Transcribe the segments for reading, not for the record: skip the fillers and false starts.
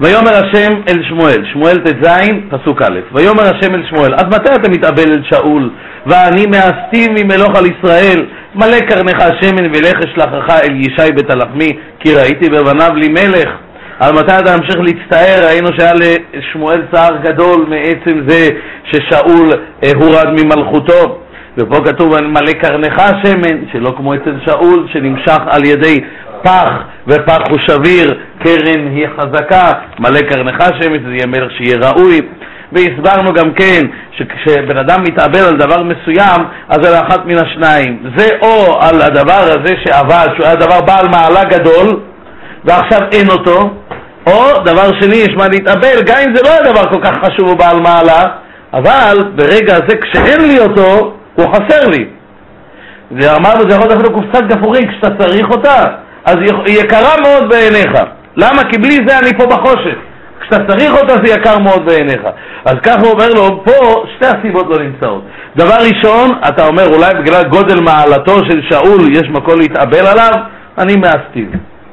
ויאמר השם אל שמואל, שמואל ט"ז פסוק א', ויאמר השם אל שמואל, אז מתי אתה מתאבל אל שאול? ואני מאסתיו ממלוך על ישראל, מלא קרנך שמן ולך אשלחך אל ישי בית הלחמי, כי ראיתי בבניו לי מלך. על מתי אתה ממשיך להצטער? ראינו שהיה לשמואל צער גדול מעצם זה ששאול הורד ממלכותו, ופה כתוב מלא קרנך שמן, שלא כמו אצל שאול שנמשך על ידי פח, ופח הוא שביר, קרן היא חזקה, מלא קרנך שמן, זה יהיה מלך שיהיה ראוי. והסברנו גם כן שכשבן אדם מתאבל על דבר מסוים, אז זה אחת מן השניים, זה או על הדבר הזה שעבד, שהוא היה דבר בעל מעלה גדול ועכשיו אין אותו, או דבר שני, יש מה להתאבל, גם אם זה לא היה דבר כל כך חשוב או בעל מעלה, אבל ברגע הזה כשאין לי אותו, הוא חסר לי. ואמרנו, זה יכול להיות אפילו קופסת גפרורים, כשאתה צריך אותה, אז היא יקרה מאוד בעיניך. למה? כי בלי זה אני פה בחושך. כשאתה צריך אותה זה יקר מאוד בעיניך. אז כך הוא אומר לו, פה שתי הסיבות לא נמצאות. דבר ראשון, אתה אומר, אולי בגלל גודל מעלתו של שאול יש מקום להתאבל עליו, אני מאסתיו.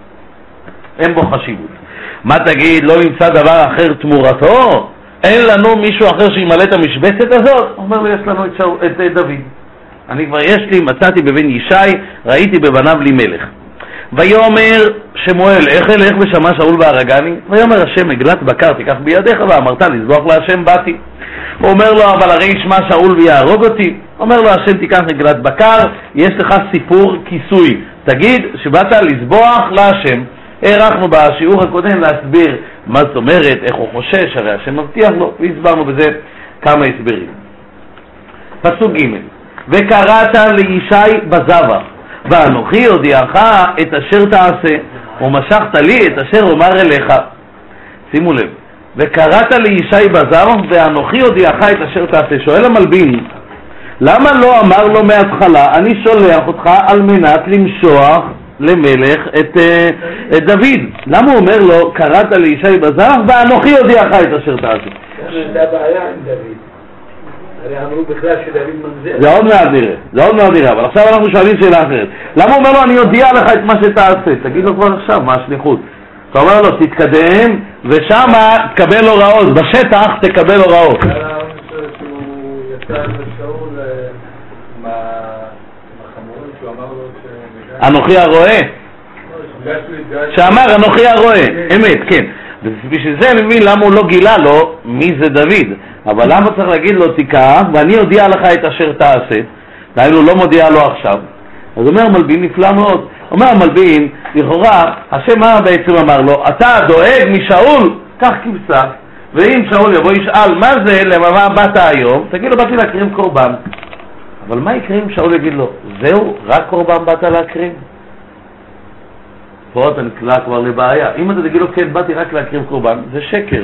אין בו חשיבות. מה תגיד, לא נמצא דבר אחר תמורתו? אין לנו מישהו אחר שימלא את המשבצת הזאת? הוא אומר לו, יש לנו את דוד. אני כבר יש לי, מצאתי בבן ישי, ראיתי בבניו לי מלך. ויאמר שמואל, איך אלך ושמע שאול והרגני? ויאמר השם, עגלת בקר תיקח בידיך, ואמרת לזבוח להשם באתי. הוא אומר לו, אבל הרי ישמע שאול ויהרוג אותי. אומר לו השם, תיקח עגלת בקר, יש לך סיפור כיסוי, תגיד שבאת לזבוח להשם. הערכנו בשיעור הקודם להסביר מה זאת אומרת, איך הוא חושש, הרי השם מבטיח לו, והסברנו בזה כמה הסברים. פסוק ג' וקראת לישי בזבח, ואנוכי הודיעך את אשר תעשה, ומשכת לי את אשר אומר אליך. שימו לב, וקראת לישי בזבח, ואנוכי הודיעך את אשר תעשה. שואל המלבין, למה לא אמר לו מההתחלה, אני שולח אותך על מנת למשוח למלך את דוד? למה הוא אומר לו, קראת לישי בזבח, ואנוכי הודיעך את אשר תעשה? זה הבעיה עם דוד. הרי אמרו בכלל שדוד ממזר. זה עוד מעט נראה, אבל עכשיו אנחנו שואלים שאלה אחרת. למה הוא אומר לו, אני אודיע לך את מה שתעשה? תגיד לו כבר עכשיו, מה השליחות? אתה אומר לו, תתקדם, ושם תקבל הוראות, בשטח תקבל הוראות. שהוא יצא לשאול עם החמורים שהוא אמר לו אנוכי הרואה? שאמר אנוכי הרואה, אמת, כן. ובשביל זה אני מבין למה הוא לא גילה לו מי זה דוד. אבל למה צריך להגיד לו תיקח ואני אודיע לך את אשר תעשה? דהיינו לא מודיע לו עכשיו. אז אומר המלבין נפלא מאוד. אומר המלבין, לכאורה השם מה בעצם אמר לו? אתה דואג משאול, קח כבשה, ואם שאול יבוא ישאל מה זה, למה באת היום, תגיד לו באתי להקריב קורבן. אבל מה יקרה אם שאול יגיד לו זהו, רק קורבן באת להקריב? פה אתה נקלע כבר לבעיה. אם אתה תגיד לו כן, באתי רק להקריב קורבן, זה שקר.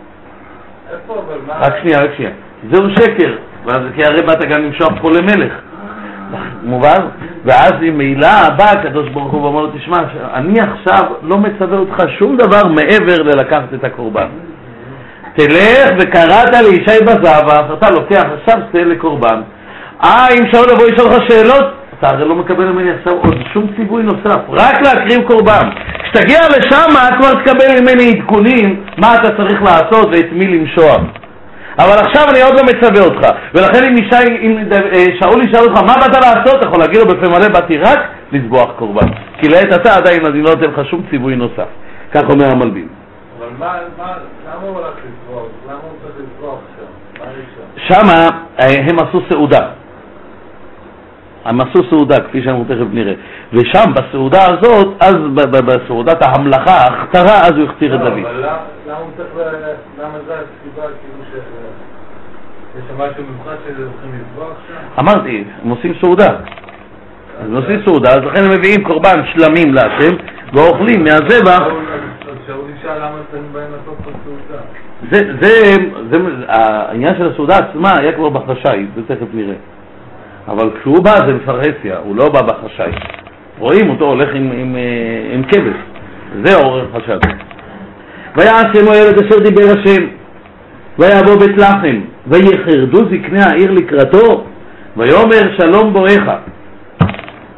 רק שנייה. זהו שקר, כי הרי באת גם למשוח פה למלך. מובן? ואז אם מילה הבא הקדוש ברוך הוא ואומר לו, תשמע, אני עכשיו לא מצווה אותך שום דבר מעבר ללקחת את הקורבן. תלך וקראת לישי בזבח, אתה לוקח עכשיו סטייל לקורבן. אם שאול יבוא ישאל לך שאלות, אתה הרי לא מקבל ממני עכשיו עוד שום ציווי נוסף, רק להקריב קורבן. כשתגיע לשם כבר תקבל ממני עדכונים מה אתה צריך לעשות ואת מי למשוח. אבל עכשיו אני עוד לא מצווה אותך, ולכן אם שאול ישאל אותך מה באת לעשות, אתה יכול להגיד לו בפה מלא, באתי רק לזבוח קורבן, כי לעת אתה עדיין אני לא נותן לך שום ציווי נוסף. כך אומר המלבין. אבל למה הוא הולך לזבוח? למה הוא צריך לזבוח שם? שמה הם עשו סעודה. הם עשו סעודה, כפי שאנחנו תכף נראה. ושם, בסעודה הזאת, אז בסעודת ההמלכה, ההכתרה, אז הוא הכתיר את דוד. אבל למה הוא צריך, למה זה הסיבה, כאילו יש משהו מיוחד שהולכים לזבוח שם? אמרתי, הם עושים סעודה. הם עושים סעודה, אז לכן הם מביאים קורבן שלמים להשם, ואוכלים מהזבח. אז שאול ישאל למה אתם באים לעשות פה סעודה? העניין של הסעודה עצמה היה כבר בחשאי, זה תכף נראה. אבל כשהוא בא זה בפרהסיה, הוא לא בא בחשאי. רואים אותו הולך עם כבש. זה עורר חשד. ויעש שמואל את אשר דיבר השם, ויבוא בית לחם, ויחרדו זקני העיר לקראתו, ויאמר שלום בואך.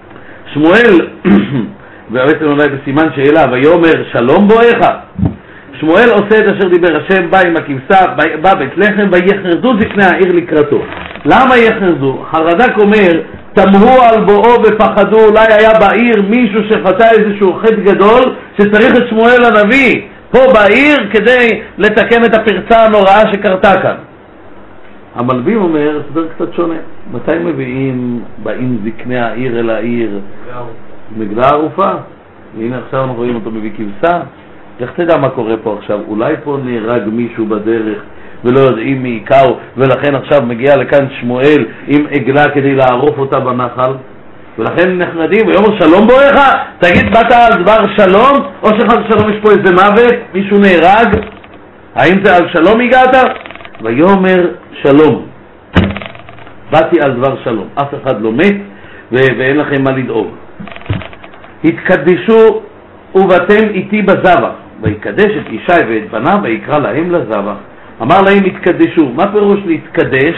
שמואל, ובעצם אולי בסימן שאלה, ויאמר שלום בואך. שמואל עושה את אשר דיבר השם, בא עם הכבשה, בא בית לחם, ויחרדו זקני העיר לקראתו. למה יחרדו? הרד"ק אומר, תמהו על בואו ופחדו, אולי היה בעיר מישהו שחטא איזשהו חטא גדול שצריך את שמואל הנביא פה בעיר כדי לתקן את הפרצה הנוראה שקרתה כאן. המלבים אומר, סבר קצת שונה. מתי באים זקני העיר אל העיר? מגלה ערופה. הנה עכשיו אנחנו רואים אותו מביא כבשה. איך תדע מה קורה פה עכשיו? אולי פה נהרג מישהו בדרך ולא יודעים מי עיקר, ולכן עכשיו מגיע לכאן שמואל עם עגלה כדי לערוף אותה בנחל, ולכן נחמדים ויאמר שלום בואך. תגיד, באת על דבר שלום או שחד שלום יש פה איזה מוות, מישהו נהרג? האם זה על שלום הגעת? ויאמר שלום, באתי על דבר שלום, אף אחד לא מת ואין לכם מה לדאוג. התקדשו ובאתם איתי בזבח, ויקדש את ישי ואת בניו ויקרא להם לזבח. אמר להם התקדשו. מה פירוש להתקדש?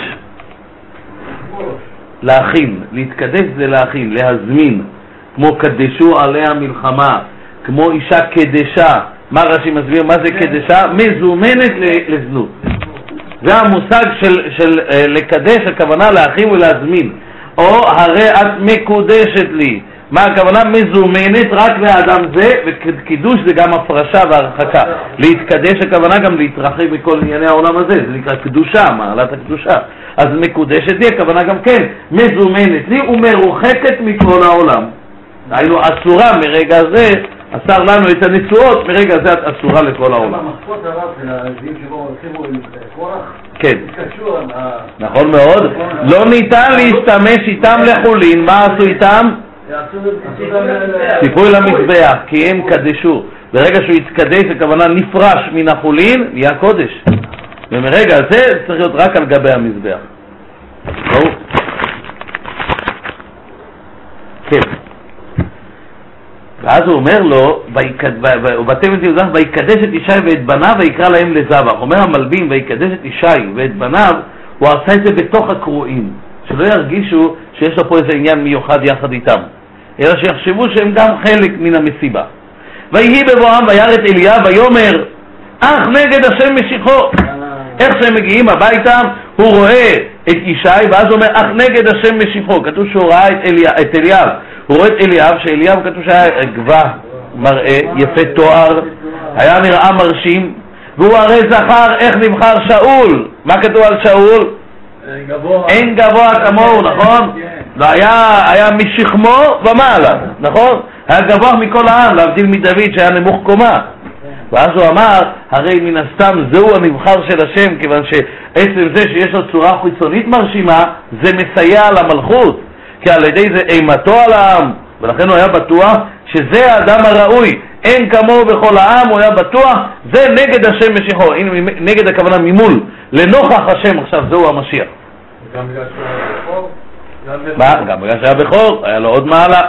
להכין. להתקדש זה להכין, להזמין. כמו קדשו עליה מלחמה, כמו אישה קדשה. מה רש"י מסביר? מה זה קדשה? מזומנת לזנות. זה המושג של לקדש, הכוונה להכין ולהזמין. או הרי את מקודשת לי. מה הכוונה? מזומנת רק לאדם זה, וקידוש זה גם הפרשה והרחקה. להתקדש הכוונה גם להתרחק בכל ענייני העולם הזה, זה נקרא קדושה, מעלת הקדושה. אז מקודשת לי הכוונה גם כן, מזומנת לי ומרוחקת מכל העולם. היינו אסורה מרגע זה, אסר לנו את הנצועות, מרגע זה את אסורה לכל העולם. המחפות הרב של הזים שבו הולכים עם קורח? כן. נכון מאוד. לא ניתן להשתמש איתם לחולין. מה עשו איתם? ציפוי למזבח, כי הם קדשו. ברגע שהוא יתקדש, הכוונה נפרש מן החולין, נהיה קודש. ומרגע זה צריך להיות רק על גבי המזבח. ברור? כן. ואז הוא אומר לו, ובאתם את יהודה, ויקדש את ישי ואת בניו ויקרא להם לזבח. אומר המלבים, ויקדש את ישי ואת בניו, הוא עשה את זה בתוך הקרואים, שלא ירגישו שיש לו פה איזה עניין מיוחד יחד איתם, אלא שיחשבו שהם גם חלק מן המסיבה. ויהי בבואם וירא את אליאב ויאמר, אך נגד השם משיחו. איך שהם מגיעים הביתה, הוא רואה את ישי, ואז הוא אומר, אך נגד השם משיחו. כתוב שהוא ראה את אליאב. הוא רואה את אליאב, שאליאב כתוב שהיה גבה, מראה, יפה תואר, היה נראה מרשים, והוא הרי זכר איך נבחר שאול. מה כתוב על שאול? אין גבוה כמוהו, נכון? היה משכמו ומעלה, נכון? היה גבוה מכל העם, להבדיל מדוד שהיה נמוך קומה. ואז הוא אמר, הרי מן הסתם זהו הנבחר של השם, כיוון שעצם זה שיש לו צורה חיצונית מרשימה, זה מסייע למלכות, כי על ידי זה אימתו על העם, ולכן הוא היה בטוח שזה האדם הראוי, אין כמוהו בכל העם, הוא היה בטוח, זה נגד השם משיחו. הנה, נגד הכוונה ממול, לנוכח השם, עכשיו זהו המשיח. גם בגלל שהיה בכור? גם בגלל שהיה בכור, היה לו עוד מעלה.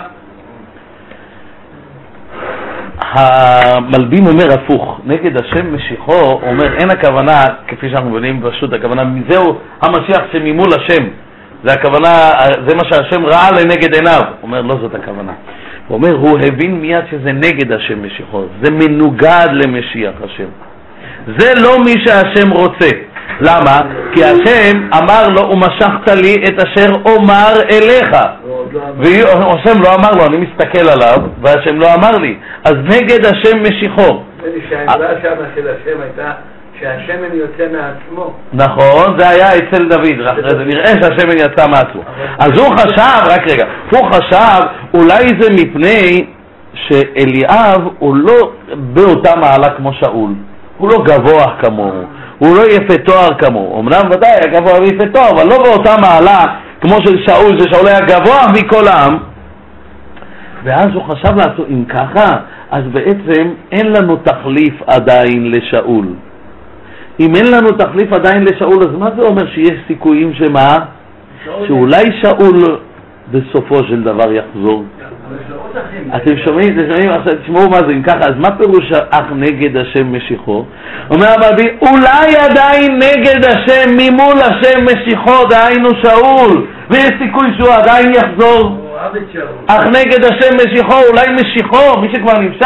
המלבים אומר הפוך, נגד השם משיחו, אומר אין הכוונה, כפי שאנחנו מבינים פשוט, הכוונה זהו המשיח שממול השם, זה הכוונה, זה מה שהשם ראה לנגד עיניו. הוא אומר לא זאת הכוונה, הוא אומר הוא הבין מיד שזה נגד השם משיחו, זה מנוגד למשיח השם, זה לא מי שהשם רוצה. למה? כי השם אמר לו ומשכת לי את אשר אומר אליך, והשם לא אמר לו, אני מסתכל עליו והשם לא אמר לי, אז נגד השם משיחו. שהעמדה שם של השם הייתה שהשמן יוצא מעצמו. נכון, זה היה אצל דוד, זה נראה שהשמן יצא מעצמו. אז הוא חשב, רק רגע, הוא חשב אולי זה מפני שאליאב הוא לא באותה מעלה כמו שאול, הוא לא גבוה כמוהו, הוא לא יפה תואר כמוהו. אמנם ודאי היה גבוה ויפה תואר, אבל לא באותה מעלה כמו של שאול, ששאול היה גבוה מכל העם. ואז הוא חשב לעשות, אם ככה, אז בעצם אין לנו תחליף עדיין לשאול. אם אין לנו תחליף עדיין לשאול, אז מה זה אומר שיש סיכויים שמה? שאולי שאול בסופו של דבר יחזור. אתם שומעים? עכשיו תשמעו מה זה, אם ככה, אז מה פירוש אך נגד השם משיחו? אומר המלבי, אולי עדיין נגד השם, ממול השם משיחו, דהיינו שאול, ויש סיכוי שהוא עדיין יחזור. אך נגד השם משיחו, אולי משיחו, מי שכבר נמשך,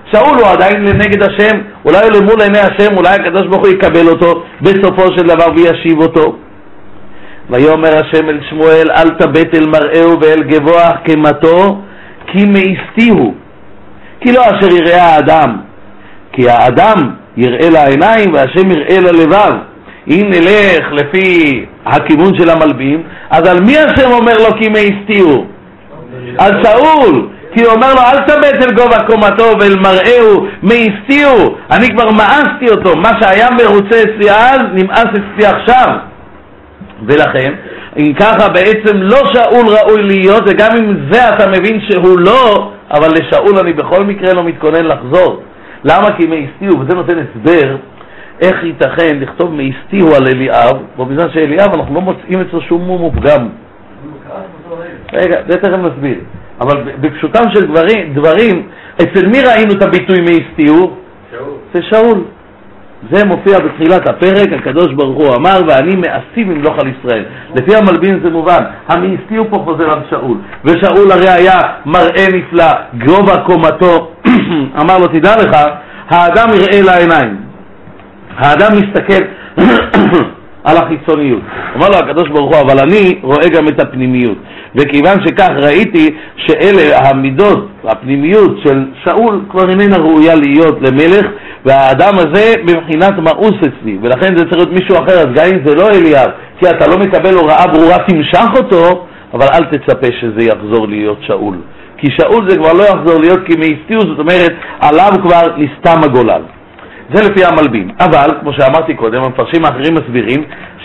שאול הוא עדיין לנגד השם, אולי הוא למול עיני השם, אולי הקדוש ברוך הוא יקבל אותו בסופו של דבר וישיב אותו. ויאמר השם אל שמואל, אל תבט אל מראהו ואל גבוה קמתו, כי מאסתיהו, כי לא אשר יראה האדם, כי האדם יראה לעיניים והשם יראה ללבב. אם נלך לפי הכיוון של המלבים, אז על מי השם אומר לו כי מאסתיהו? על שאול, כי הוא אומר לו אל תבט אל גובה קומתו ואל מראהו מאסתיהו, אני כבר מאסתי אותו, מה שהיה מרוצה אצלי אז נמאס אצלי עכשיו. ולכן אם ככה בעצם לא שאול ראוי להיות, וגם אם זה אתה מבין שהוא לא, אבל לשאול אני בכל מקרה לא מתכונן לחזור. למה? כי מאסתיהו, וזה נותן הסבר איך ייתכן לכתוב מאסתיהו על אליאב, ובזמן שאליאב אנחנו לא מוצאים אצלו שום מום ופגם. רגע, זה תכף נסביר. אבל בפשוטם של דברים, אצל מי ראינו את הביטוי מאסתיהו? זה שאול. זה מופיע בתחילת הפרק, הקדוש ברוך הוא אמר ואני מאסתי ממלוך על ישראל. לפי המלבים זה מובן, המאסתיהו פה חוזר על שאול, ושאול הרי היה מראה נפלא, גובה קומתו. אמר לו תדע לך, האדם יראה לעיניים, האדם מסתכל על החיצוניות. אמר לו הקדוש ברוך הוא, אבל אני רואה גם את הפנימיות, וכיוון שכך ראיתי שאלה המידות, הפנימיות של שאול כבר איננה ראויה להיות למלך, והאדם הזה בבחינת מאוס אצלי, ולכן זה צריך להיות מישהו אחר. אז גם אם זה לא אליאב, כי אתה לא מקבל הוראה ברורה, תמשך אותו, אבל אל תצפה שזה יחזור להיות שאול, כי שאול זה כבר לא יחזור להיות כי מאסתיהו, זאת אומרת עליו כבר נסתם הגולל. זה לפי המלבים. אבל כמו שאמרתי קודם, המפרשים האחרים מסבירים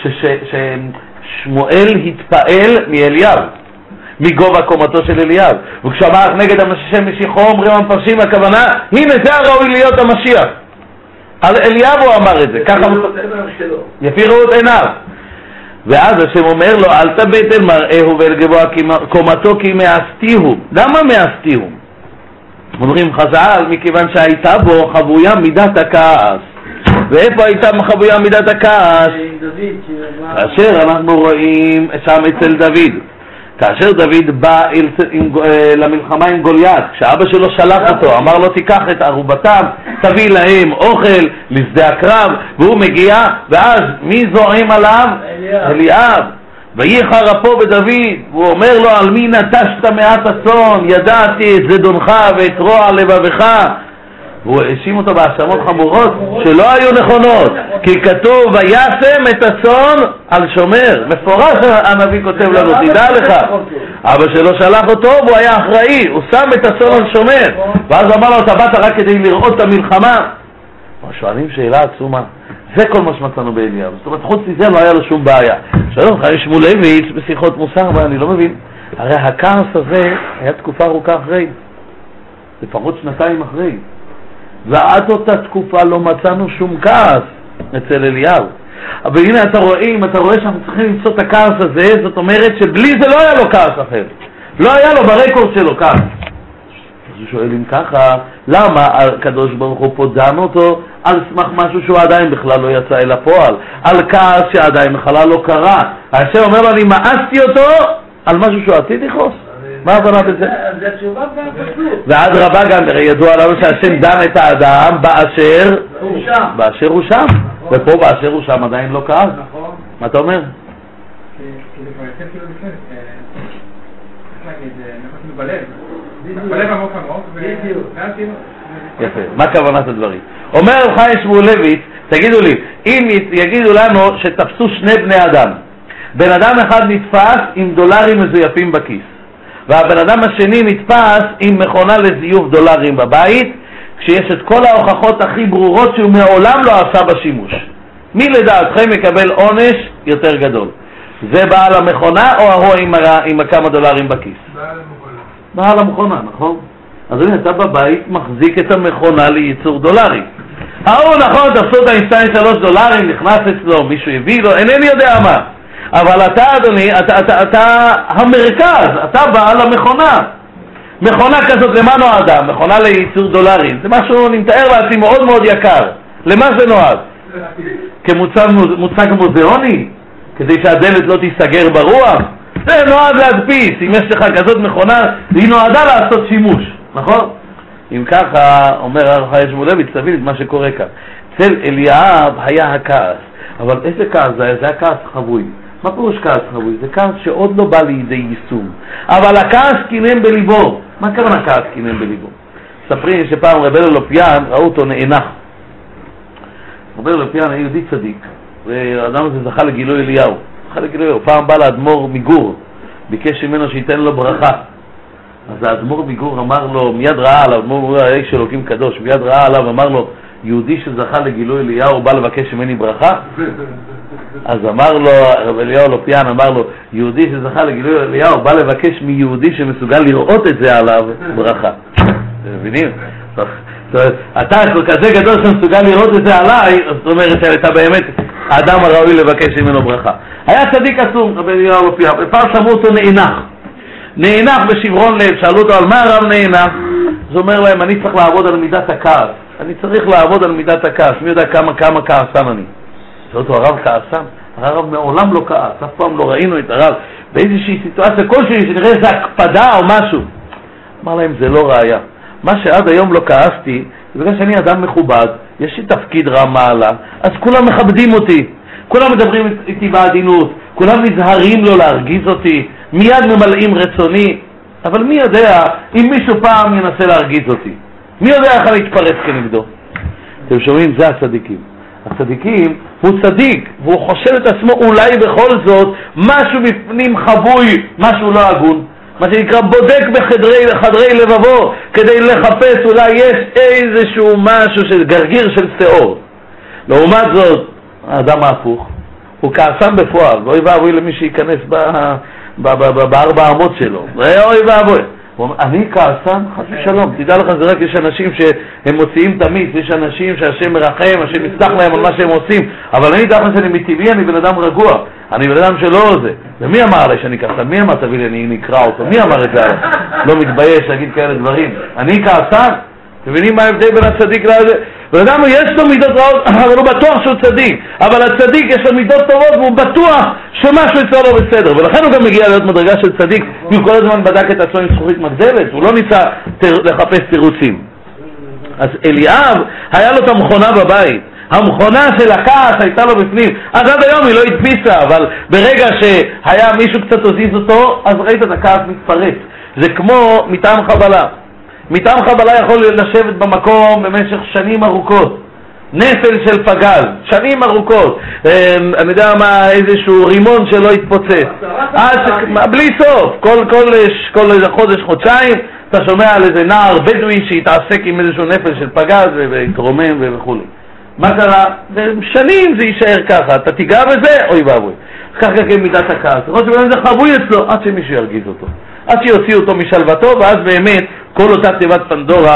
ששמואל התפעל מאליאב, מגובה קומתו של אליאב, וכשאמר נגד השם משיחו אומרים המפרשים, הכוונה הנה זה הראוי להיות המשיח. על אליאב הוא אמר את זה, ככה יפי ראות עיניו. ואז השם אומר לו אל תבט אל מראהו ואל גבוה קומתו כי מאסתיהו. למה מאסתיהו? אומרים חז"ל, מכיוון שהייתה בו חבויה מידת הכעס. ואיפה הייתה חבויה מידת הכעס? כאשר אנחנו רואים שם אצל דוד, כאשר דוד בא למלחמה עם גוליית, כשאבא שלו שלח אותו, אמר לו תיקח את ערובתם, תביא להם אוכל לשדה הקרב, והוא מגיע, ואז מי זועם עליו? אליאב. וייחר אפו בדוד, והוא אומר לו על מי נטשת מעט הצאן, ידעתי את זדונך ואת רוע לבבך. והוא האשים אותו בהאשמות חמורות שלא היו נכונות, כי כתוב וישם את הצאן על שומר. מפורש הנביא כותב לנו, תדע לך, אבא שלו שלח אותו והוא היה אחראי, הוא שם את הצאן על שומר. ואז אמר לו אתה באת רק כדי לראות את המלחמה? שואלים שאלה עצומה. זה כל מה שמצאנו באליאב, זאת אומרת חוץ מזה לא היה לו שום בעיה. שלום לך שמואלביץ' בשיחות מוסר, ואני לא מבין, הרי הכעס הזה היה תקופה ארוכה אחרי, לפחות שנתיים אחרי, ועד אותה תקופה לא מצאנו שום כעס אצל אליאב. אבל הנה אתה רואה שאנחנו צריכים למצוא את הכעס הזה, זאת אומרת שבלי זה לא היה לו כעס אחר, לא היה לו ברקורד שלו כעס. אז הוא שואל אם ככה, למה הקדוש ברוך הוא פה דן אותו על סמך משהו שהוא עדיין בכלל לא יצא אל הפועל, על כעס שעדיין בכלל לא קרה? השם אומר לו אני מאסתי אותו על משהו שהוא עתיד לכעוס. מה הבנה בזה? ועד רבה גם ידוע לנו שהשם דן את האדם באשר הוא שם, ופה באשר הוא שם עדיין לא כעס. מה אתה אומר? יפה, מה כוונת הדברים? אומר חי שמואלביץ', תגידו לי, אם יגידו לנו שתפסו שני בני אדם, בן אדם אחד נתפס עם דולרים מזויפים בכיס, והבן אדם השני נתפס עם מכונה לזיוף דולרים בבית, כשיש את כל ההוכחות הכי ברורות שהוא מעולם לא עשה בשימוש, מי לדעתכם יקבל עונש יותר גדול? זה בעל המכונה או ההוא עם כמה דולרים בכיס? בעל המכונה, נכון? אז הנה, אתה בבית מחזיק את המכונה לייצור דולרים. ההוא נכון, תפסו את האינסטיין 3 דולרים, נכנס אצלו, מישהו הביא לו, אינני יודע מה. אבל אתה אדוני, אתה המרכז, אתה בעל המכונה. מכונה כזאת למה נועדה? מכונה לייצור דולרים. זה משהו, אני מתאר לעצמי, מאוד מאוד יקר. למה זה נועד? כמוצג מוזיאוני? כדי שהדלת לא תיסגר ברוח? זה נועד להדפיס. אם יש לך כזאת מכונה, היא נועדה לעשות שימוש, נכון? אם ככה, אומר הרב שמואלביץ, תבין את מה שקורה כאן. אצל אליאב היה הכעס, אבל איזה כעס זה היה? זה היה כעס חבוי. מה פירוש כעס חבוי? זה כעס שעוד לא בא לידי יישום, אבל הכעס קינן בליבו. מה כוונה הכעס קינן בליבו? ספרים שפעם רבי אלופיאן ראו אותו נאנח. רבי אלופיאן היה יהודי צדיק, והאדם הזה זכה לגילוי אליהו. פעם בא לאדמו"ר מגור, ביקש ממנו שייתן לו ברכה. אז האדמו"ר מגור אמר לו, מיד ראה עליו, האדמו"ר היה איש אלוקים קדוש, מיד ראה עליו, אמר לו, יהודי שזכה לגילוי אליהו בא לבקש ממני ברכה? אז אמר לו, רב אליהו אלופיאן אמר לו, יהודי שזכה לגילוי אליהו בא לבקש מיהודי שמסוגל לראות את זה עליו ברכה. מבינים? אתה כזה גדול שמסוגל לראות את זה עליי, זאת אומרת שאתה באמת האדם הראוי לבקש ממנו ברכה. היה צדיק עצום, רב אליהו אלופיאן, ופעם שמעו אותו נאנח בשברון לב, שאלו אותו על מה הרב נאנח? אז אומר להם, אני צריך לעבוד על מידת הכעס. אני צריך לעבוד על מידת הכעס. מי יודע כמה כעסן אני? שאלו אותו, הרב כעסן? הרב מעולם לא כעס, אף פעם לא ראינו את הרב באיזושהי סיטואציה כלשהי שנראה איזה הקפדה או משהו. אמר להם, זה לא ראיה. מה שעד היום לא כעסתי, זה בגלל שאני אדם מכובד, יש לי תפקיד רם מעלה, אז כולם מכבדים אותי, כולם מדברים איתי בעדינות, כולם נזהרים לא להרגיז אותי, מיד ממלאים רצוני, אבל מי יודע אם מישהו פעם ינסה להרגיז אותי? מי יודע איך להתפרץ כנגדו? אתם שומעים? זה הצדיקים. הצדיקים, הוא צדיק, והוא חושב את עצמו אולי בכל זאת משהו בפנים חבוי, משהו לא הגון, מה שנקרא בודק בחדרי לבבו, כדי לחפש אולי יש איזשהו משהו של גרגיר של שיעור. לעומת זאת, האדם ההפוך, הוא כעסם בפועל, ואוי ואבוי למי שייכנס בארבע אמות שלו, אוי ואבוי. הוא אומר, אני כעסן, חס ושלום, תדע לך, זה רק יש אנשים שהם מוציאים תמיד, יש אנשים שהשם מרחם, השם יסלח להם על מה שהם עושים, אבל אני דרך שאני מטבעי, אני בן אדם רגוע, אני בן אדם שלא זה. ומי אמר עלי שאני כעסן? מי אמר תביא לי, אני נקרא אותו? מי אמר את זה? לא מתבייש להגיד כאלה דברים. אני כעסן? אתם מבינים מה ההבדל בין הצדיק לזה? ואדם יש לו מידות רעות, אבל הוא בטוח שהוא צדיק. אבל הצדיק יש לו מידות טובות והוא בטוח שמשהו אצלו לא בסדר. ולכן הוא גם מגיע להיות מדרגה של צדיק, כי הוא כל הזמן בדק את עצמו עם זכוכית מגדלת. הוא לא ניסה לחפש תירוצים. אז אליאב היה לו את המכונה בבית. המכונה של הכעס הייתה לו בפנים. אז עד היום היא לא הדפיסה, אבל ברגע שהיה מישהו קצת הוזיז אותו, אז ראית את הכעס מתפרץ. זה כמו מטעם חבלה. מטעם חבלה יכול לשבת במקום במשך שנים ארוכות. נפל של פגז, שנים ארוכות. אני יודע מה, איזשהו רימון שלא יתפוצץ. בלי סוף. כל חודש, חודשיים, אתה שומע על איזה נער בדואי שהתעסק עם איזשהו נפל של פגז והתרומם וכו'. מה קרה? שנים זה יישאר ככה. אתה תיגע בזה, אוי ואבוי. ככה כמידת הכעס. ראש שבן זה חבוי אצלו, עד שמישהו ירגיז אותו. עד שיוציאו אותו משלוותו, ואז באמת כל אותה תיבת פנדורה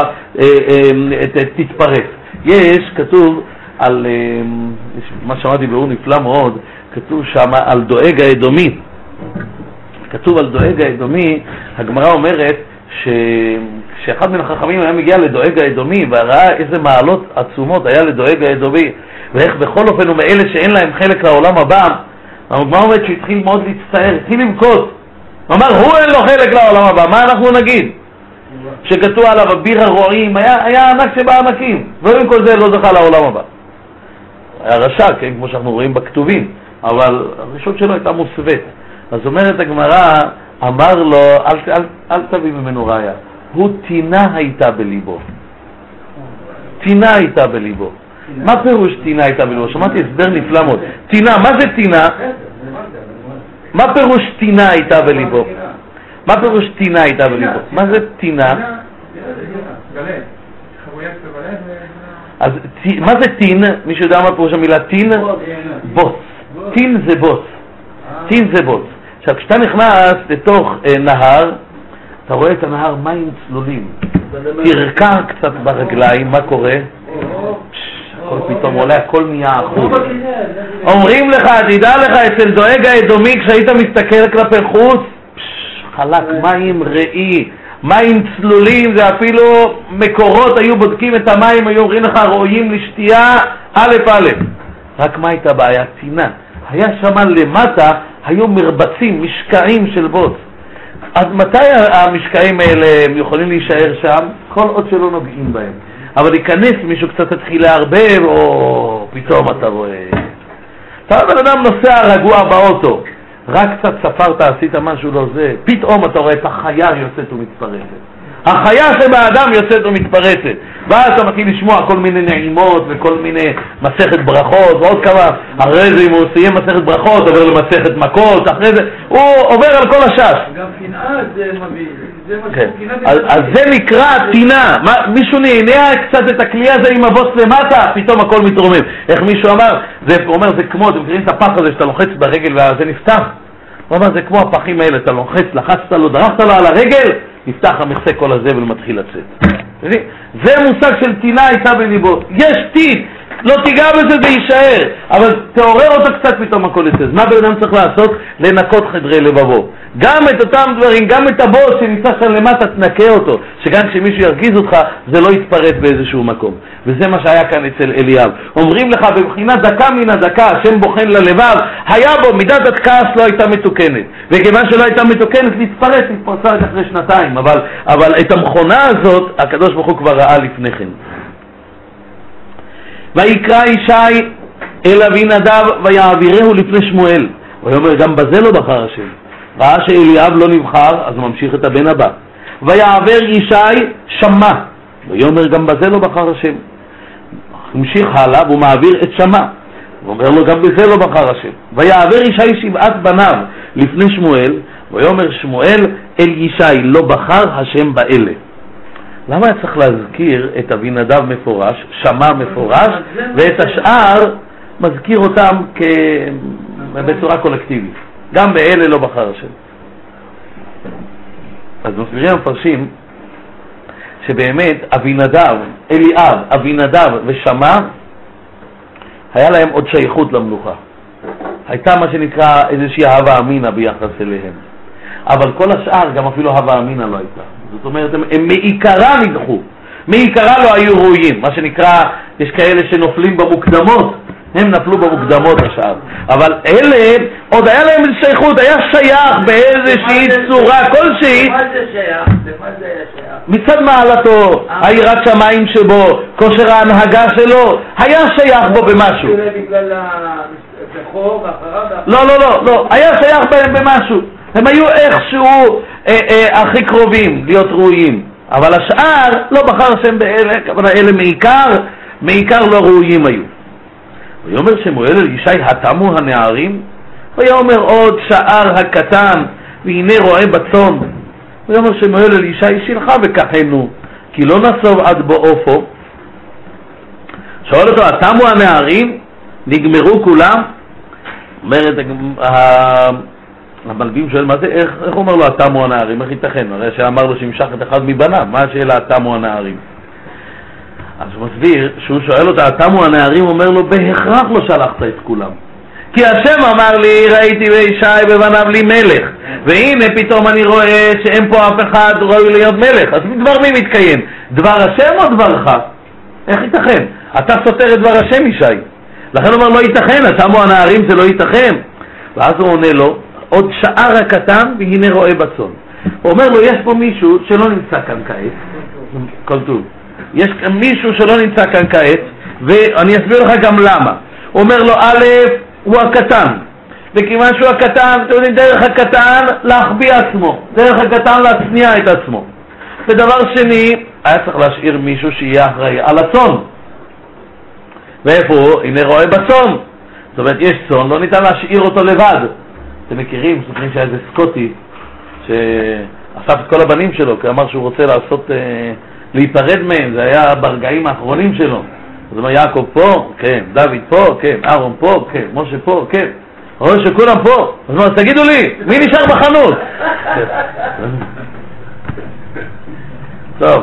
תתפרץ. יש, כתוב על, מה שמעתי באור נפלא מאוד, כתוב שם על דואג האדומי. כתוב על דואג האדומי, הגמרא אומרת שאחד מן החכמים היה מגיע לדואג האדומי, וראה איזה מעלות עצומות היה לדואג האדומי, ואיך בכל אופן הוא מאלה שאין להם חלק לעולם הבא. הגמרא אומרת שהתחיל מאוד להצטער, התחיל למכות. הוא אמר, הוא אין לו חלק לעולם הבא, מה אנחנו נגיד? שכתוב עליו אביר הרועים, היה ענק שבענקים, ועם כל זה לא זכה לעולם הבא. היה רשע, כן, כמו שאנחנו רואים בכתובים, אבל הרשות שלו הייתה מוסווית. אז אומרת הגמרא, אמר לו, אל תביא ממנו ראיה, הוא תינה הייתה בליבו. תינה הייתה בליבו. מה פירוש תינה הייתה בליבו? שמעתי הסבר נפלא מאוד. תינה, מה זה תינה? מה פירוש תינה הייתה בליבו? מה פירוש תינה הייתה בליבו? מה זה תינה? אז מה זה תין? מישהו יודע מה פירוש המילה תין? בוץ. תין זה בוץ. תין זה בוץ. עכשיו כשאתה נכנס לתוך נהר, אתה רואה את הנהר מים צלולים. תרקע קצת ברגליים, מה קורה? הכל פתאום עולה, הכל נהיה אחוז. אומרים לך, תדע לך, אצל דואג האדומי כשהיית מסתכל כלפי חוץ, חלק, מים ראי, מים צלולים, זה אפילו מקורות היו בודקים את המים, היו אומרים לך ראויים לשתייה, א' א'. רק מה הייתה בעיה? תינה. היה שם למטה, היו מרבצים, משקעים של בוץ. אז מתי המשקעים האלה יכולים להישאר שם? כל עוד שלא נוגעים בהם. אבל להיכנס, מישהו קצת התחיל להרבב, או פתאום אתה רואה. אתה בן אדם נוסע רגוע באוטו, רק קצת ספרת, עשית משהו לא זה, פתאום אתה רואה את החיה יוצאת ומתפרצת. החיה שבאדם יוצאת ומתפרצת, ואז אתה מתחיל לשמוע כל מיני נעימות וכל מיני מסכת ברכות ועוד כמה. אחרי זה אם הוא סיים מסכת ברכות עובר למסכת מכות, אחרי זה הוא עובר על כל הש"ס. גם קנאה זה מביא, זה מה כן. שקנאה. אז זה נקרא טינה. מישהו נהנה קצת את הכלי הזה עם הבוס למטה, פתאום הכל מתרומם. איך מישהו אמר? הוא אומר זה כמו, אתם מכירים את הפח הזה שאתה לוחץ ברגל וזה נפתח? הוא אומר זה כמו הפחים האלה, אתה לוחץ, לחצת לו, דרכת לו על הרגל, נפתח המכסה כל הזה ומתחיל לצאת. זה מושג של טינה הייתה בליבו. יש טיט, לא תיגע בזה זה יישאר, אבל תעורר אותו קצת פתאום הכל יצא. מה בן אדם צריך לעשות? לנקות חדרי לבבו. גם את אותם דברים, גם את הבוס שנמצא שם למטה, תנקה אותו, שגם כשמישהו ירגיז אותך זה לא יתפרץ באיזשהו מקום. וזה מה שהיה כאן אצל אליהו. אומרים לך בבחינת דקה מן הדקה, השם בוחן ללבב, היה בו מידת הכעס לא הייתה מתוקנת, וכיוון שלא הייתה מתוקנת להתפרצה רק אחרי שנתיים, אבל את המכונה הזאת הקדוש ברוך הוא כבר ראה לפני כן. ויקרא ישי אל אבינדב ויעבירהו לפני שמואל, ויאמר גם בזה לא בחר השם. ראה שאליאב לא נבחר, אז הוא ממשיך את הבן הבא. ויעבר ישי שמע, ויאמר גם בזה לא בחר השם. המשיך הלאה והוא מעביר את שמע, ואומר לו גם בזה לא בחר השם. ויעבר ישי 7 בניו לפני שמואל, ויאמר שמואל אל ישי לא בחר השם באלה. למה היה צריך להזכיר את אבינדב מפורש, שמע מפורש, ואת השאר מזכיר אותם בצורה קולקטיבית? גם באלה לא בחר השם. אז מסבירים המפרשים שבאמת אבינדב, אליאב, אבינדב ושמע היה להם עוד שייכות למלוכה. הייתה מה שנקרא איזושהי אהבה אמינה ביחס אליהם. אבל כל השאר גם אפילו אהבה אמינה לא הייתה. זאת אומרת, הם מעיקרה נדחו. מעיקרה לא היו ראויים. מה שנקרא, יש כאלה שנופלים במוקדמות, הם נפלו במוקדמות השאר. אבל אלה, עוד היה להם שייכות, היה שייך באיזושהי צורה כלשהי. למה זה שייך? למה זה היה שייך? מצד מעלתו, היראת שמיים שבו, כושר ההנהגה שלו, היה שייך בו במשהו. בגלל הבכור ואחריו? לא, היה שייך בהם במשהו. הם היו איכשהו הכי קרובים להיות ראויים. אבל השאר לא בחר השם באלה, כוונה אלה מעיקר לא ראויים היו. ויאמר שמואל אל ישי התמו הנערים, ויאמר עוד שאר הקטן, והנה רואה בצאן. ויאמר שמואל אל ישי שילך וקחנו, כי לא נסוב עד באופו. שואל אותו, התמו הנערים? נגמרו כולם? אומרת, המלבים שואל, מה זה? איך אומר לו התמו הנערים? איך ייתכן? הרי שאמר לו שימשך את אחד מבניו, מה השאלה התמו הנערים? אז הוא מסביר, שהוא שואל אותה, התמו הנערים, אומר לו, בהכרח לא שלחת את כולם. כי השם אמר לי, ראיתי בישי בבניו לי מלך, והנה פתאום אני רואה שאין פה אף אחד ראוי להיות מלך. אז דבר מי מתקיים? דבר השם או דברך? איך ייתכן? אתה סותר את דבר השם ישי. לכן הוא אומר, לא ייתכן, התמו הנערים זה לא ייתכן. ואז הוא עונה לו, עוד שאר הקטן והנה רואה בצאן. הוא אומר לו, יש פה מישהו שלא נמצא כאן כעת. כל טוב. יש מישהו שלא נמצא כאן כעת, ואני אסביר לך גם למה. הוא אומר לו, א', הוא הקטן, וכיוון שהוא הקטן, אתם יודעים, דרך הקטן להחביא עצמו, דרך הקטן להצניע את עצמו. ודבר שני, היה צריך להשאיר מישהו שיהיה אחראי על הצאן. ואיפה הוא? הנה רואה בצאן. זאת אומרת, יש צאן, לא ניתן להשאיר אותו לבד. אתם מכירים, סופרים שהיה איזה סקוטי שאסף את כל הבנים שלו, כי אמר שהוא רוצה להיפרד מהם, זה היה ברגעים האחרונים שלו. אז אומר, יעקב פה, כן, דוד פה, כן, אהרון פה, כן, משה פה, כן, רואה שכולם פה. אז אומר, תגידו לי, מי נשאר בחנות? טוב.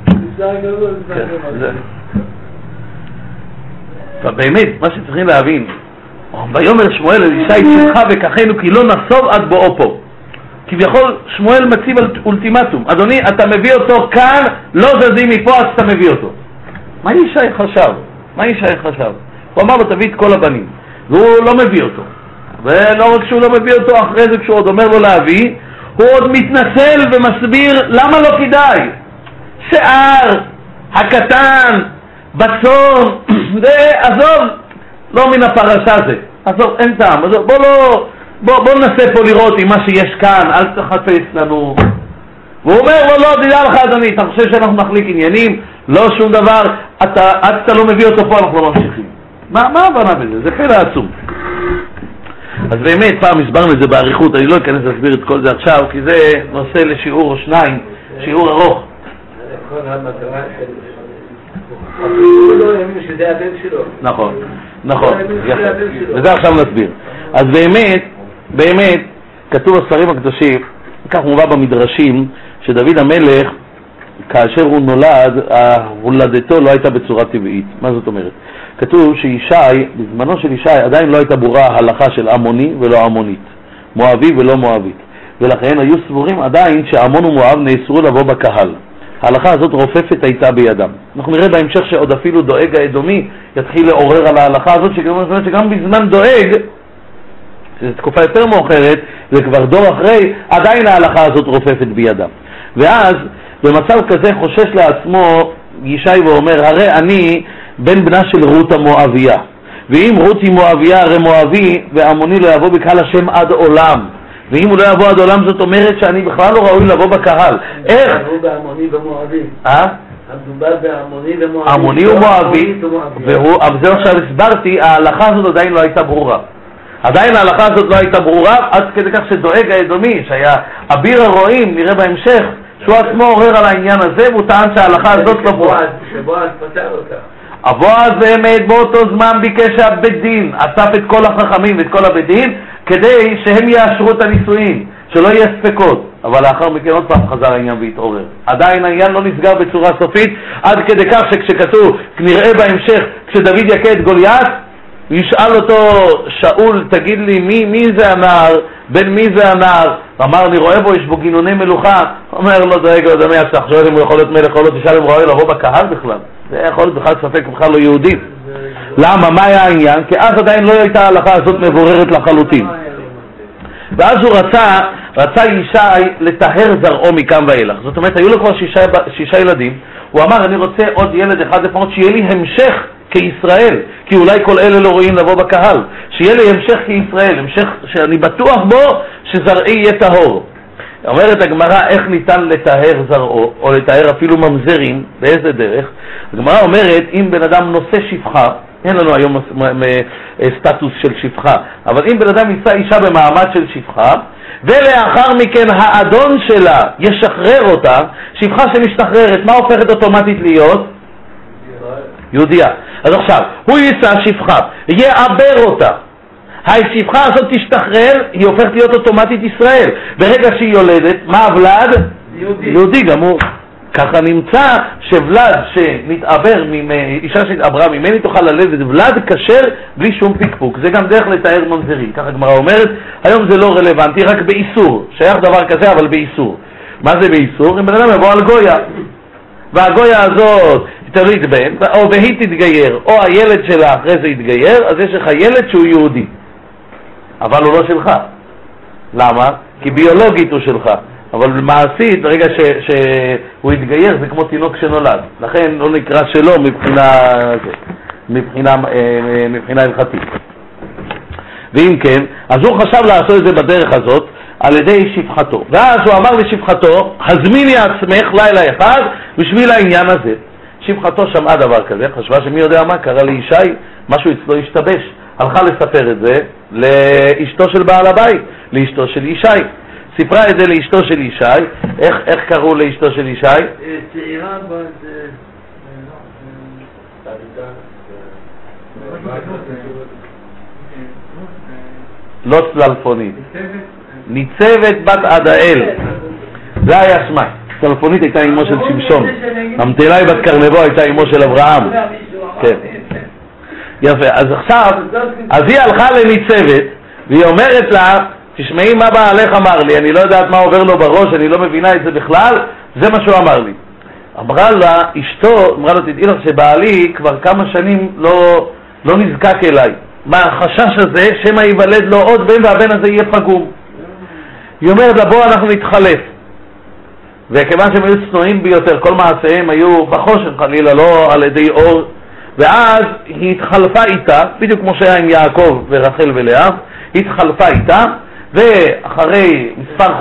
באמת, מה שצריכים להבין, ויאמר שמואל אל ישי שילך וקחנו כי לא נסוב עד בואו פה. כביכול שמואל מציב אולטימטום, אדוני אתה מביא אותו כאן, לא זזים מפה אז אתה מביא אותו. מה ישי חשב? הוא אמר לו תביא את כל הבנים, והוא לא מביא אותו. ולא רק שהוא לא מביא אותו, אחרי זה כשהוא עוד אומר לו להביא, הוא עוד מתנצל ומסביר למה לא כדאי. שיער, הקטן, בצון, זה עזוב, לא מן הפרשה זה, עזוב, אין טעם, עזוב, בוא ננסה פה לראות עם מה שיש כאן, אל תחפש לנו. והוא אומר לו, לא, תדע לך אדוני, אתה חושב שאנחנו נחליק עניינים? לא שום דבר, עד אתה לא מביא אותו פה, אנחנו לא ממשיכים. מה הבנה בזה? זה פלא עצום. אז באמת, פעם הסברנו את זה בעריכות, אני לא אכנס להסביר את כל זה עכשיו, כי זה נושא לשיעור או שניים, שיעור ארוך. כל המטרה הוא לא האמין שזה הבן שלו. נכון, וזה עכשיו נסביר. אז באמת, כתוב בספרים הקדושים, כך מובא במדרשים, שדוד המלך, כאשר הוא נולד, הולדתו לא הייתה בצורה טבעית. מה זאת אומרת? כתוב שישי, בזמנו של ישי, עדיין לא הייתה ברורה ההלכה של עמוני ולא עמונית, מואבי ולא מואבית. ולכן היו סבורים עדיין שעמון ומואב נאסרו לבוא בקהל. ההלכה הזאת רופפת הייתה בידם. אנחנו נראה בהמשך שעוד אפילו דואג האדומי יתחיל לעורר על ההלכה הזאת, שגם בזמן דואג, שזו תקופה יותר מאוחרת, זה כבר דור אחרי, עדיין ההלכה הזאת רופפת בידם. ואז במצב כזה חושש לעצמו ישי ואומר, הרי אני בן בנה של רות המואביה, ואם רות היא מואביה הרי מואבי ועמוני לא יבוא בקהל השם עד עולם, ואם הוא לא יבוא עד עולם זאת אומרת שאני בכלל לא ראוי לבוא בקהל. איך? הוא בעמוני ומואבי. המדובר בעמוני ומואבי. עמוני ומואבי, אבל זה עכשיו הסברתי, ההלכה הזאת עדיין לא הייתה ברורה. עדיין ההלכה הזאת לא הייתה ברורה, עד כדי כך שדואג האדומי, שהיה אביר הרועים, נראה בהמשך, שהוא עצמו עורר על העניין הזה, והוא טען שההלכה הזאת לא ברורה. שבועז פתר אותה. הבועז באמת באותו זמן ביקש שהבית דין, אסף את כל החכמים ואת כל הבית דין, כדי שהם יאשרו את הנישואים, שלא יהיה ספקות. אבל לאחר מכן עוד פעם חזר העניין והתעורר. עדיין העניין לא נסגר בצורה סופית, עד כדי כך שכשכתוב, נראה בהמשך, כשדוד יכה את גוליית, ישאל אותו שאול, תגיד לי מי זה הנער, בין מי זה הנער? אמר, אני רואה בו, יש בו גינוני מלוכה. אומר לו, דואג לו דמי הצלח, שואל אם הוא יכול להיות מלך או לא, תשאל אם הוא רואה לבוא בקהל בכלל. זה יכול להיות בכלל ספק בכלל לא יהודי. למה? מה היה העניין? כי אז עדיין לא הייתה ההלכה הזאת מבוררת לחלוטין. ואז הוא רצה ישי לטהר זרעו מכאן ואילך. זאת אומרת, היו לו כבר שישה ילדים. הוא אמר, אני רוצה עוד ילד אחד לפחות שיהיה לי המשך כישראל, כי אולי כל אלה לא רואים לבוא בקהל. שיהיה לי המשך כישראל, המשך שאני בטוח בו שזרעי יהיה טהור. אומרת הגמרא, איך ניתן לטהר זרעו, או לטהר אפילו ממזרים, באיזה דרך? הגמרא אומרת, אם בן אדם נושא שפחה, אין לנו היום סטטוס של שפחה, אבל אם בן אדם יישא אישה במעמד של שפחה, ולאחר מכן האדון שלה ישחרר אותה, שפחה שמשתחררת, מה הופכת אוטומטית להיות? יהודיה. אז עכשיו, הוא יישא שפחה, יעבר אותה, השפחה הזאת תשתחרר, היא הופכת להיות אוטומטית ישראל. ברגע שהיא יולדת, מה הוולד? יהודי גמור. ככה נמצא שוולד שנתעבר, אישה שהתעברה ממני תוכל ללדת ולד כשר בלי שום פיקפוק. זה גם דרך לתאר ממזרים. ככה הגמרא אומרת, היום זה לא רלוונטי, רק באיסור. שייך דבר כזה אבל באיסור. מה זה באיסור? אם בן אדם יבוא על גויה, והגויה הזאת תוליד בן, או והיא תתגייר, או הילד שלה אחרי זה יתגייר, אז יש לך ילד שהוא יהודי. אבל הוא לא שלך. למה? כי ביולוגית הוא שלך. אבל מעשית, ברגע שהוא יתגייר, זה כמו תינוק שנולד. לכן לא נקרא שלו מבחינה הלכתית. ואם כן, אז הוא חשב לעשות את זה בדרך הזאת, על ידי שפחתו. ואז הוא אמר לשפחתו, הזמיני עצמך לילה אחד בשביל העניין הזה. שפחתו שמעה דבר כזה, חשבה שמי יודע מה, קרא לישי, משהו אצלו השתבש. הלכה לספר את זה לאשתו של בעל הבית, לאשתו של ישי. סיפרה את זה לאשתו של ישי. איך קראו לאשתו של ישי? צעירה בת... לא צללפונית, ניצבת בת עדאל. זה היה שמה. צללפונית הייתה אמו של שמשון, המטלי בת קרנבו הייתה אמו של אברהם. כן. יפה. אז עכשיו, אז היא הלכה לניצבת והיא אומרת לה, תשמעי מה בעלך אמר לי, אני לא יודעת מה עובר לו בראש, אני לא מבינה את זה בכלל, זה מה שהוא אמר לי. אמרה לה אשתו, אמרה לה, תדעי לך שבעלי כבר כמה שנים לא נזקק אליי. מה החשש הזה, שמה ייוולד לו עוד בן והבן הזה יהיה פגום. היא אומרת לה, בוא אנחנו נתחלף. וכיוון שהם היו צנועים ביותר, כל מעשיהם היו בחושך חלילה, לא על ידי אור, ואז היא התחלפה איתה, בדיוק כמו שהיה עם יעקב ורחל ולאה, היא התחלפה איתה, ואחרי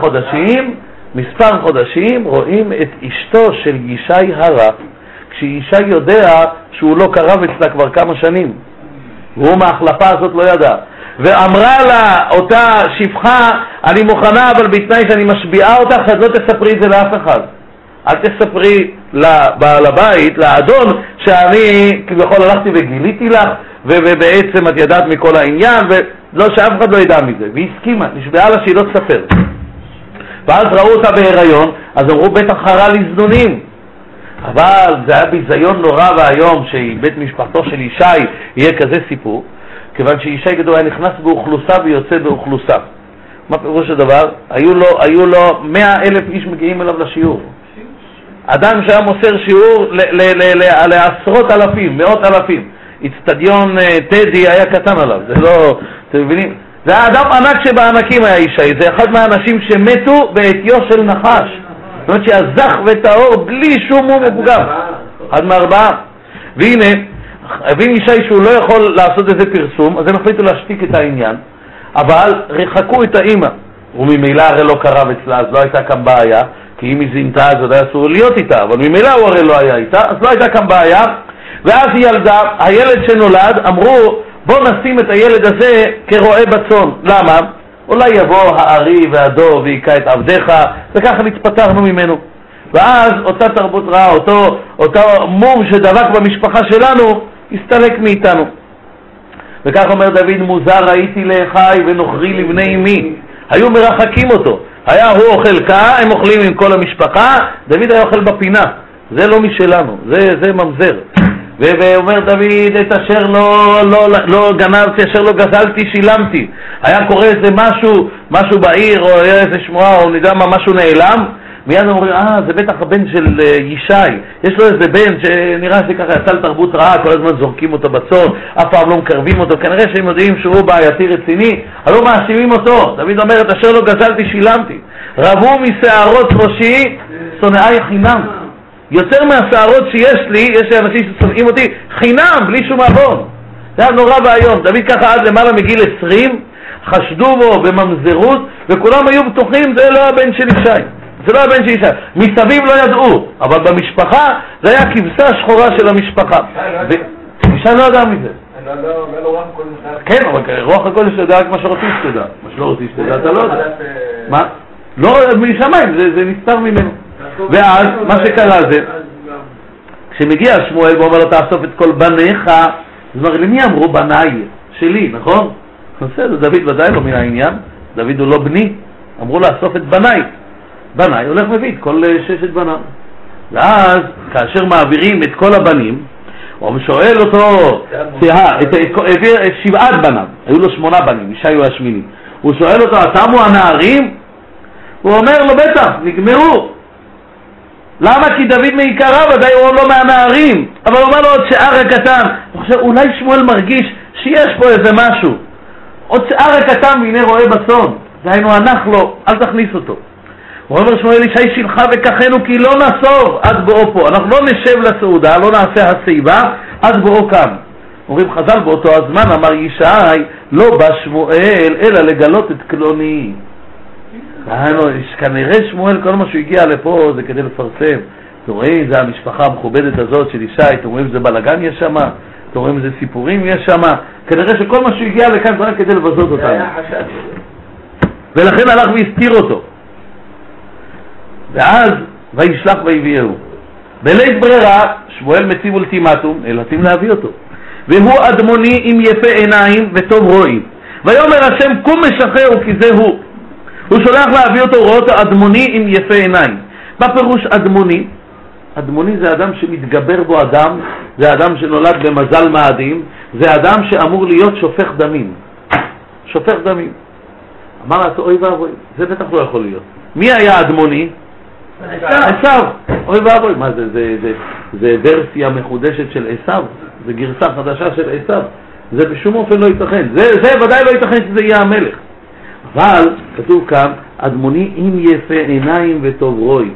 מספר חודשים רואים את אשתו של ישי הרע, כשישי יודע שהוא לא קרב אצלה כבר כמה שנים, והוא מההחלפה הזאת לא ידע, ואמרה לה אותה שפחה, אני מוכנה אבל בתנאי שאני משביעה אותך, אז לא תספרי את זה לאף אחד, אל תספרי לבעל הבית, לאדון, שאני כביכול הלכתי וגיליתי לך, ובעצם את ידעת מכל העניין, ולא שאף אחד לא ידע מזה. והיא הסכימה, נשבעה לה שהיא לא תספר. ואז ראו אותה בהיריון, אז אמרו בטח חרה לזנונים. אבל זה היה ביזיון נורא והיום שבית משפחתו של ישי יהיה כזה סיפור, כיוון שישי גדול היה נכנס באוכלוסה ויוצא באוכלוסה. מה פירוש הדבר? היו לו 100,000 איש מגיעים אליו לשיעור. אדם שהיה מוסר שיעור לעשרות אלפים, מאות אלפים. אצטדיון טדי היה קטן עליו, זה לא, אתם מבינים? זה היה אדם ענק שבענקים היה ישי, זה אחד מהאנשים שמתו בעטיו של נחש. זאת אומרת שהזך וטהור בלי שום מום ופגם. אחד מארבעה. והנה, הבין ישי שהוא לא יכול לעשות איזה פרסום, אז הם החליטו להשתיק את העניין, אבל רחקו את האמא. וממילא הרי לא קרב אצלה, אז לא הייתה כאן בעיה, כי אם היא זינתה אז עוד היה אסור להיות איתה, אבל ממילא הוא הרי לא היה איתה, אז לא הייתה כאן בעיה. ואז היא ילדה, הילד שנולד, אמרו בוא נשים את הילד הזה כרועה בצאן. למה? אולי יבוא הארי והדוב ויקע את עבדיך, וככה נתפטרנו ממנו. ואז אותה תרבות רעה, אותו מום שדבק במשפחה שלנו, הסתלק מאיתנו. וכך אומר דוד, מוזר הייתי לאחי ונוכרי לבני אמי. היו מרחקים אותו, היה הוא אוכל כה, הם אוכלים עם כל המשפחה, דוד היה אוכל בפינה. זה לא משלנו, זה ממזר. ואומר דוד, את אשר לא גנבתי, אשר לא גזלתי, שילמתי. היה קורה איזה משהו בעיר, או היה איזה שמועה, או נדע מה, משהו נעלם, מיד אומרים, זה בטח הבן של ישי, יש לו איזה בן שנראה שככה יצא לתרבות רעה, כל הזמן זורקים אותו בצור, אף פעם לא מקרבים אותו, כנראה שהם יודעים שהוא בעייתי רציני, אבל לא מאשימים אותו. דוד אומר, את אשר לא גזלתי, שילמתי. רבו משערות ראשי, שונאי חינם. יותר מהשערות שיש לי, יש לי אנשים ששונאים אותי, חינם, בלי שום עוון. זה היה נורא והיום. דוד ככה עד למעלה מגיל 20, חשדו בו בממזרות, וכולם היו בטוחים, זה לא הבן של ישי. זה לא הבן של ישי. מסביב לא ידעו, אבל במשפחה זה היה כבשה שחורה של המשפחה. ישי לא ידע מזה. כן, אבל רוח הקודש ידע רק מה שרוצים שתדע. מה שלא רוצים שתדע, אתה לא יודע. מה? לא, משמיים, זה נסתר ממנו. ואז מה שקרה זה, כשמגיע שמואל ואומר לו תאסוף את כל בניך, אז אומר, למי אמרו? בניי שלי, נכון? בסדר, דוד ודאי לא מן העניין, דוד הוא לא בני, אמרו לאסוף את בניי. בניי הולך מביא את כל 6 בניו. ואז כאשר מעבירים את כל הבנים, הוא שואל אותו, העביר 7 בניו, היו לו 8 בנים, ישי הוא השמיני. הוא שואל אותו, תמו הנערים? הוא אומר לו, בטח, נגמרו. למה? כי דוד מעיקרה, ודאי הוא לא מהנערים, אבל הוא אומר לו עוד שער הקטן. הוא חושב, אולי שמואל מרגיש שיש פה איזה משהו, עוד שער הקטן והנה רואה בצאן, דהיינו הנח לו, אל תכניס אותו. הוא אומר שמואל, ישי שילחה וכחנו כי לא נסוב עד בואו פה, אנחנו לא נשב לסעודה, לא נעשה הסיבה עד בואו כאן. אומרים חז"ל, באותו הזמן אמר ישי, לא בא שמואל אלא לגלות את קלוני. כנראה שמואל, כל מה שהוא הגיע לפה זה כדי לפרסם. אתם רואים, זה המשפחה המכובדת הזאת של ישי, אתם רואים איזה בלגן יש שם, אתם רואים איזה סיפורים יש שם, כנראה שכל מה שהוא הגיע לכאן זה רק כדי לבזות אותנו. ולכן הלך והסתיר אותו. ואז וישלח ויביאהו. בלית ברירה שמואל מציב אולטימטום, נאלצים להביא אותו. והוא אדמוני עם יפה עיניים וטוב רואים. ויאמר השם קום משחררו כי זה הוא. הוא שולח להביא אותו, רואה אותו אדמוני עם יפה עיניים. מה פירוש אדמוני? אדמוני זה אדם שמתגבר בו אדם, זה אדם שנולד במזל מאדים, זה אדם שאמור להיות שופך דמים. שופך דמים. אמר לה, אוי ואבוי, זה בטח לא יכול להיות. מי היה אדמוני? עשיו. אוי ואבוי, מה זה ורסיה מחודשת של עשיו, זה גרסה חדשה של עשיו. זה בשום אופן לא ייתכן. זה ודאי לא ייתכן שזה יהיה המלך. אבל כתוב כאן, אדמוני עם יפה עיניים וטוב רוי.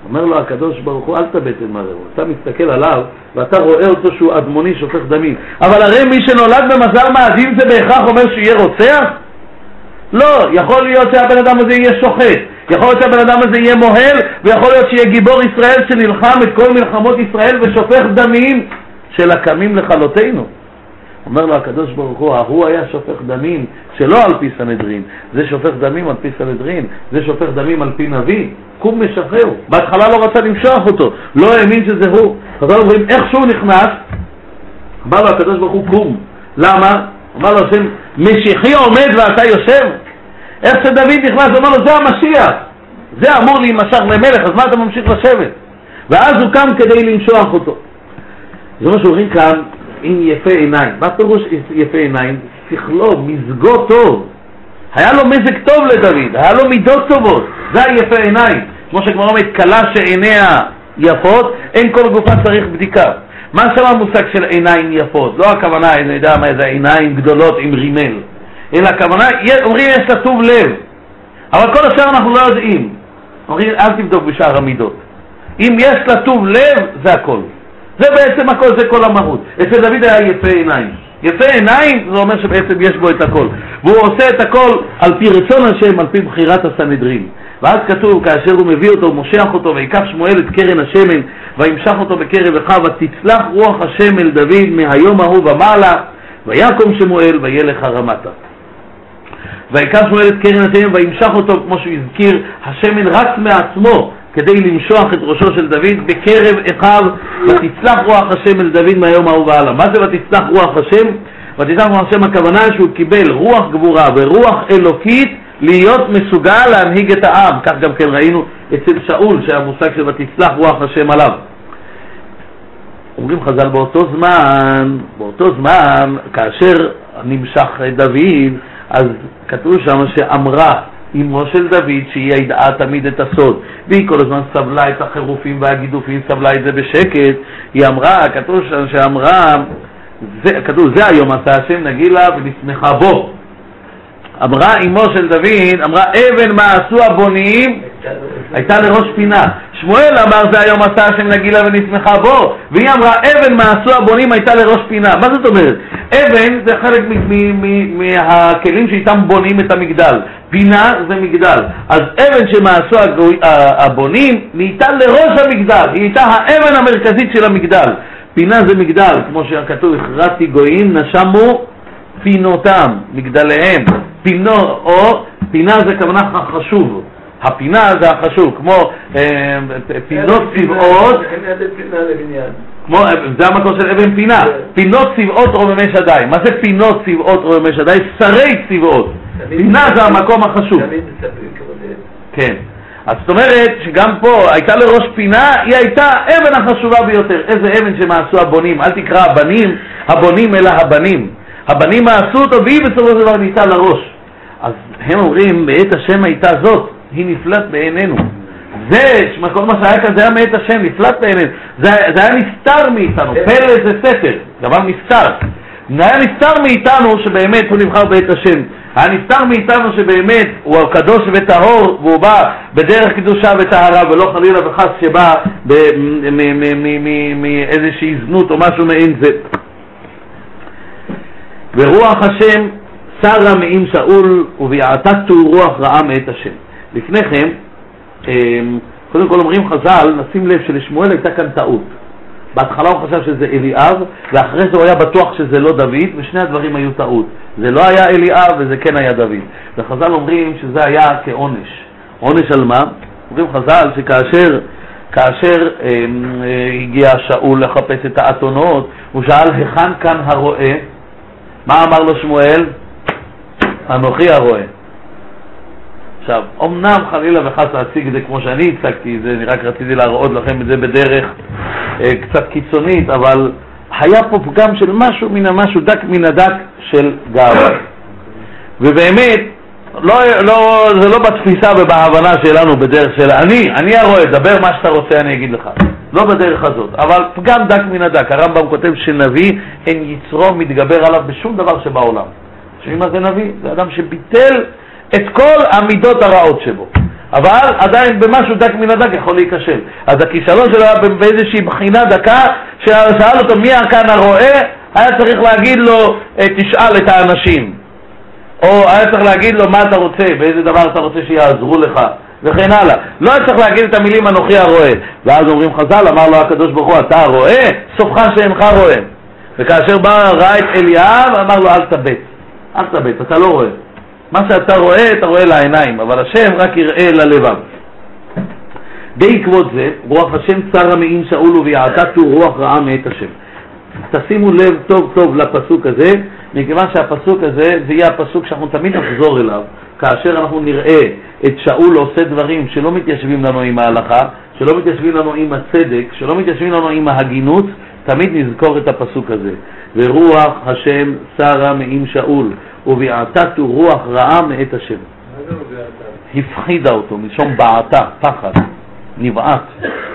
אומר לו הקדוש ברוך הוא, אל תבטל מראה, אתה מסתכל עליו ואתה רואה אותו שהוא אדמוני שופך דמים, אבל הרי מי שנולד במזל מאדים זה בהכרח אומר שיהיה רוצח? לא, יכול להיות שהבן אדם הזה יהיה שוחט, יכול להיות שהבן אדם הזה יהיה מוהל, ויכול להיות שיהיה גיבור ישראל שנלחם את כל מלחמות ישראל ושופך דמים של הקמים לכלותנו. אומר לו הקדוש ברוך הוא היה שופך דמים שלא על פי סנהדרין, זה שופך דמים על פי סנהדרין, זה שופך דמים על פי נביא, קום משחרר. בהתחלה לא רצה למשוח אותו, לא האמין שזה הוא. חז"ל אומרים, איך שהוא נכנס, אמר לו הקדוש ברוך הוא קום. למה? אמר לו השם, משיחי עומד ואתה יושב? איך שדוד נכנס, אמר לו, זה המשיח, זה אמור להימשך למלך, אז מה אתה ממשיך לשבת? ואז הוא קם כדי למשוח אותו. זה מה שאומרים כאן, עם יפה עיניים. מה פירוש יפה עיניים? שכלו, מזגו טוב. היה לו מזג טוב לדוד, היה לו מידות טובות, זה היפה עיניים. כמו שכבר אומרת, קלה שעיניה יפות, אין כל גופה צריך בדיקה. מה שם המושג של עיניים יפות? לא הכוונה, אני יודע מה זה עיניים גדולות עם רימל, אלא הכוונה, אומרים יש לה טוב לב, אבל כל השאר אנחנו לא יודעים. אומרים, אל תבדוק בשאר המידות. אם יש לה טוב לב, זה הכל. זה בעצם הכל, זה כל המהות. אצל דוד היה יפה עיניים. יפה עיניים, זה אומר שבעצם יש בו את הכל. והוא עושה את הכל על פי רצון השם, על פי בחירת הסנהדרין. ואז כתוב, כאשר הוא מביא אותו, הוא מושך אותו, ויקח שמואל את קרן השמן, וימשך אותו בקרב אחיו, ותצלח רוח השם אל דוד מהיום ההוא ומעלה, ויקום שמואל וילך הרמתה. ויקח שמואל את קרן השמן, וימשך אותו, כמו שהוא הזכיר, השמן רץ מעצמו, כדי למשוח את ראשו של דוד בקרב אחיו, ותצלח רוח השם אל דוד מהיום ההוא והלאה. מה זה ותצלח רוח השם? ותצלח רוח השם, הכוונה שהוא קיבל רוח גבורה ורוח אלוקית להיות מסוגל להנהיג את העם. כך גם כן ראינו אצל שאול שהמושג של ותצלח רוח השם עליו. אומרים חז"ל, באותו זמן כאשר נמשך דוד, אז כתוב שם שאמרה אמו של דוד, שהיא ידעה תמיד את הסוד, והיא כל הזמן סבלה את החירופים והגידופים, סבלה את זה בשקט. היא אמרה, כתוב שאמרה, כתוב, זה היום עשה השם נגילה ונשמחה בו. אמרה אמו של דוד, אמרה, אבן מה עשו הבונים הייתה לראש פינה. שמואל אמר, זה היום עשה השם נגילה ונשמחה בו, והיא אמרה, אבן מה עשו הבונים הייתה לראש פינה. מה זאת אומרת? אבן זה חלק מהכלים שאיתם בונים את המגדל, פינה זה מגדל. אז אבן שמעשו הבונים נהייתה לראש המגדל, היא הייתה האבן המרכזית של המגדל. פינה זה מגדל, כמו שכתוב, הכרעתי גויים נשמו פינותם, מגדליהם. פינה זה כוונה חשוב, הפינה זה החשוב, כמו פינות צבעות, זה המקור של אבן פינה. פינות צבעות רוממי שדי. מה זה פינות צבעות רוממי שדי? שרי צבעות. פינה זה המקום החשוב. כן. אז זאת אומרת שגם פה הייתה לראש פינה, היא הייתה אבן החשובה ביותר. איזה אבן שמעשו הבונים, אל תקרא הבונים אלא הבנים. הבנים מעשו אותו והיא בסופו של דבר נהייתה לראש. אז הם אומרים, בעת השם הייתה זאת, היא נפלט בעינינו. זה, כל מה שהיה כאן זה היה מאת השם, נפלט בעינינו. זה היה נסתר מאיתנו. פלא זה סתר, דבר נסתר. היה נסתר מאיתנו שבאמת הוא נבחר בעת השם. היה נסתר מאיתנו שבאמת הוא הקדוש וטהור, והוא בא בדרך קדושה וטהרה, ולא חלילה וחס שבא מאיזושהי זנות או משהו מעין זה. ורוח השם שרה מעם שאול, וביעתתו רוח רעה מאת השם. לפניכם, קודם כל אומרים חז"ל, נשים לב שלשמואל הייתה כאן טעות. בהתחלה הוא חשב שזה אליאב, ואחרי זה הוא היה בטוח שזה לא דוד, ושני הדברים היו טעות. זה לא היה אליאב וזה כן היה דוד. וחז"ל אומרים שזה היה כעונש. עונש על מה? אומרים חז"ל שכאשר הגיע שאול לחפש את האתונות, הוא שאל, היכן כאן הרועה? מה אמר לו שמואל? אנוכי הרועה. עכשיו, אמנם חלילה וחס להציג את זה כמו שאני הצגתי, אני רק רציתי להראות לכם את זה בדרך קצת קיצונית, אבל היה פה פגם של משהו מן המשהו, דק מן הדק של גאווה. ובאמת, זה לא בתפיסה ובהבנה שלנו בדרך של אני הרועה, דבר מה שאתה רוצה אני אגיד לך. לא בדרך הזאת, אבל פגם דק מן הדק. הרמב"ם כותב שנביא אין יצרו מתגבר עליו בשום דבר שבעולם. שמה זה נביא? זה אדם שביטל את כל המידות הרעות שבו. אבל עדיין במשהו דק מן הדק יכול להיכשל. אז הכישלון שלו היה באיזושהי בחינה דקה, שאל אותו מי כאן הרואה, היה צריך להגיד לו תשאל את האנשים, או היה צריך להגיד לו מה אתה רוצה, באיזה דבר אתה רוצה שיעזרו לך, וכן הלאה. לא היה צריך להגיד את המילים אנוכי הרואה. ואז אומרים חז"ל, אמר לו הקדוש ברוך הוא, אתה הרואה? סופך שאינך רואה. וכאשר ראה את אליאב, אמר לו אל תבט, אתה לא רואה. מה שאתה רואה, אתה רואה לעיניים, אבל השם רק יראה ללבב. בעקבות זה, רוח השם צרה מעם שאול וביעתתו רוח רעה מאת השם. תשימו לב טוב טוב לפסוק הזה, מכיוון שהפסוק הזה זה יהיה הפסוק שאנחנו תמיד נחזור אליו, כאשר אנחנו נראה את שאול עושה דברים שלא מתיישבים לנו עם ההלכה, שלא מתיישבים לנו עם הצדק, שלא מתיישבים לנו עם ההגינות, תמיד נזכור את הפסוק הזה. ורוח השם צרה מעם שאול וביעתתו רוח רעה מאת השם. הפחידה אותו, מלשון בעתה, פחד, נבעט.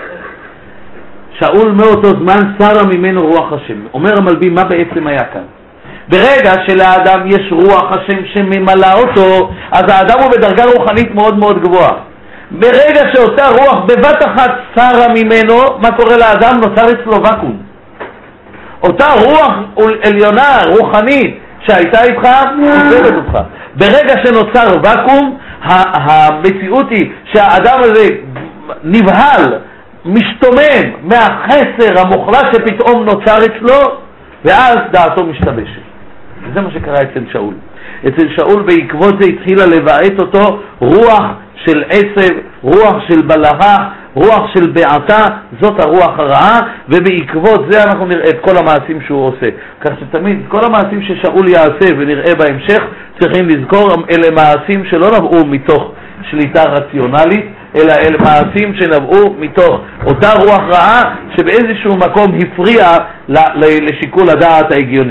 שאול מאותו זמן צרה ממנו רוח השם. אומר המלבים, מה בעצם היה כאן? ברגע שלאדם יש רוח השם שממלא אותו, אז האדם הוא בדרגה רוחנית מאוד מאוד גבוהה. ברגע שאותה רוח בבת אחת צרה ממנו, מה קורה לאדם? נוצר אצלו וקום. אותה רוח עליונה, רוחנית, שהייתה איתך, עוזבת אותך. ברגע שנוצר וקום, המציאות היא שהאדם הזה נבהל, משתומם מהחסר המוחלט שפתאום נוצר אצלו, ואז דעתו משתבשת. זה מה שקרה אצל שאול. אצל שאול בעקבות זה התחילה לבעט אותו רוח של עצב, רוח של בלהה, רוח של בעתה, זאת הרוח הרעה, ובעקבות זה אנחנו נראה את כל המעשים שהוא עושה. כך שתמיד כל המעשים ששאול יעשה ונראה בהמשך, צריכים לזכור, אלה מעשים שלא נבעו מתוך שליטה רציונלית, אלא אלה מעשים שנבעו מתוך אותה רוח רעה שבאיזשהו מקום הפריע לשיקול הדעת ההגיוני.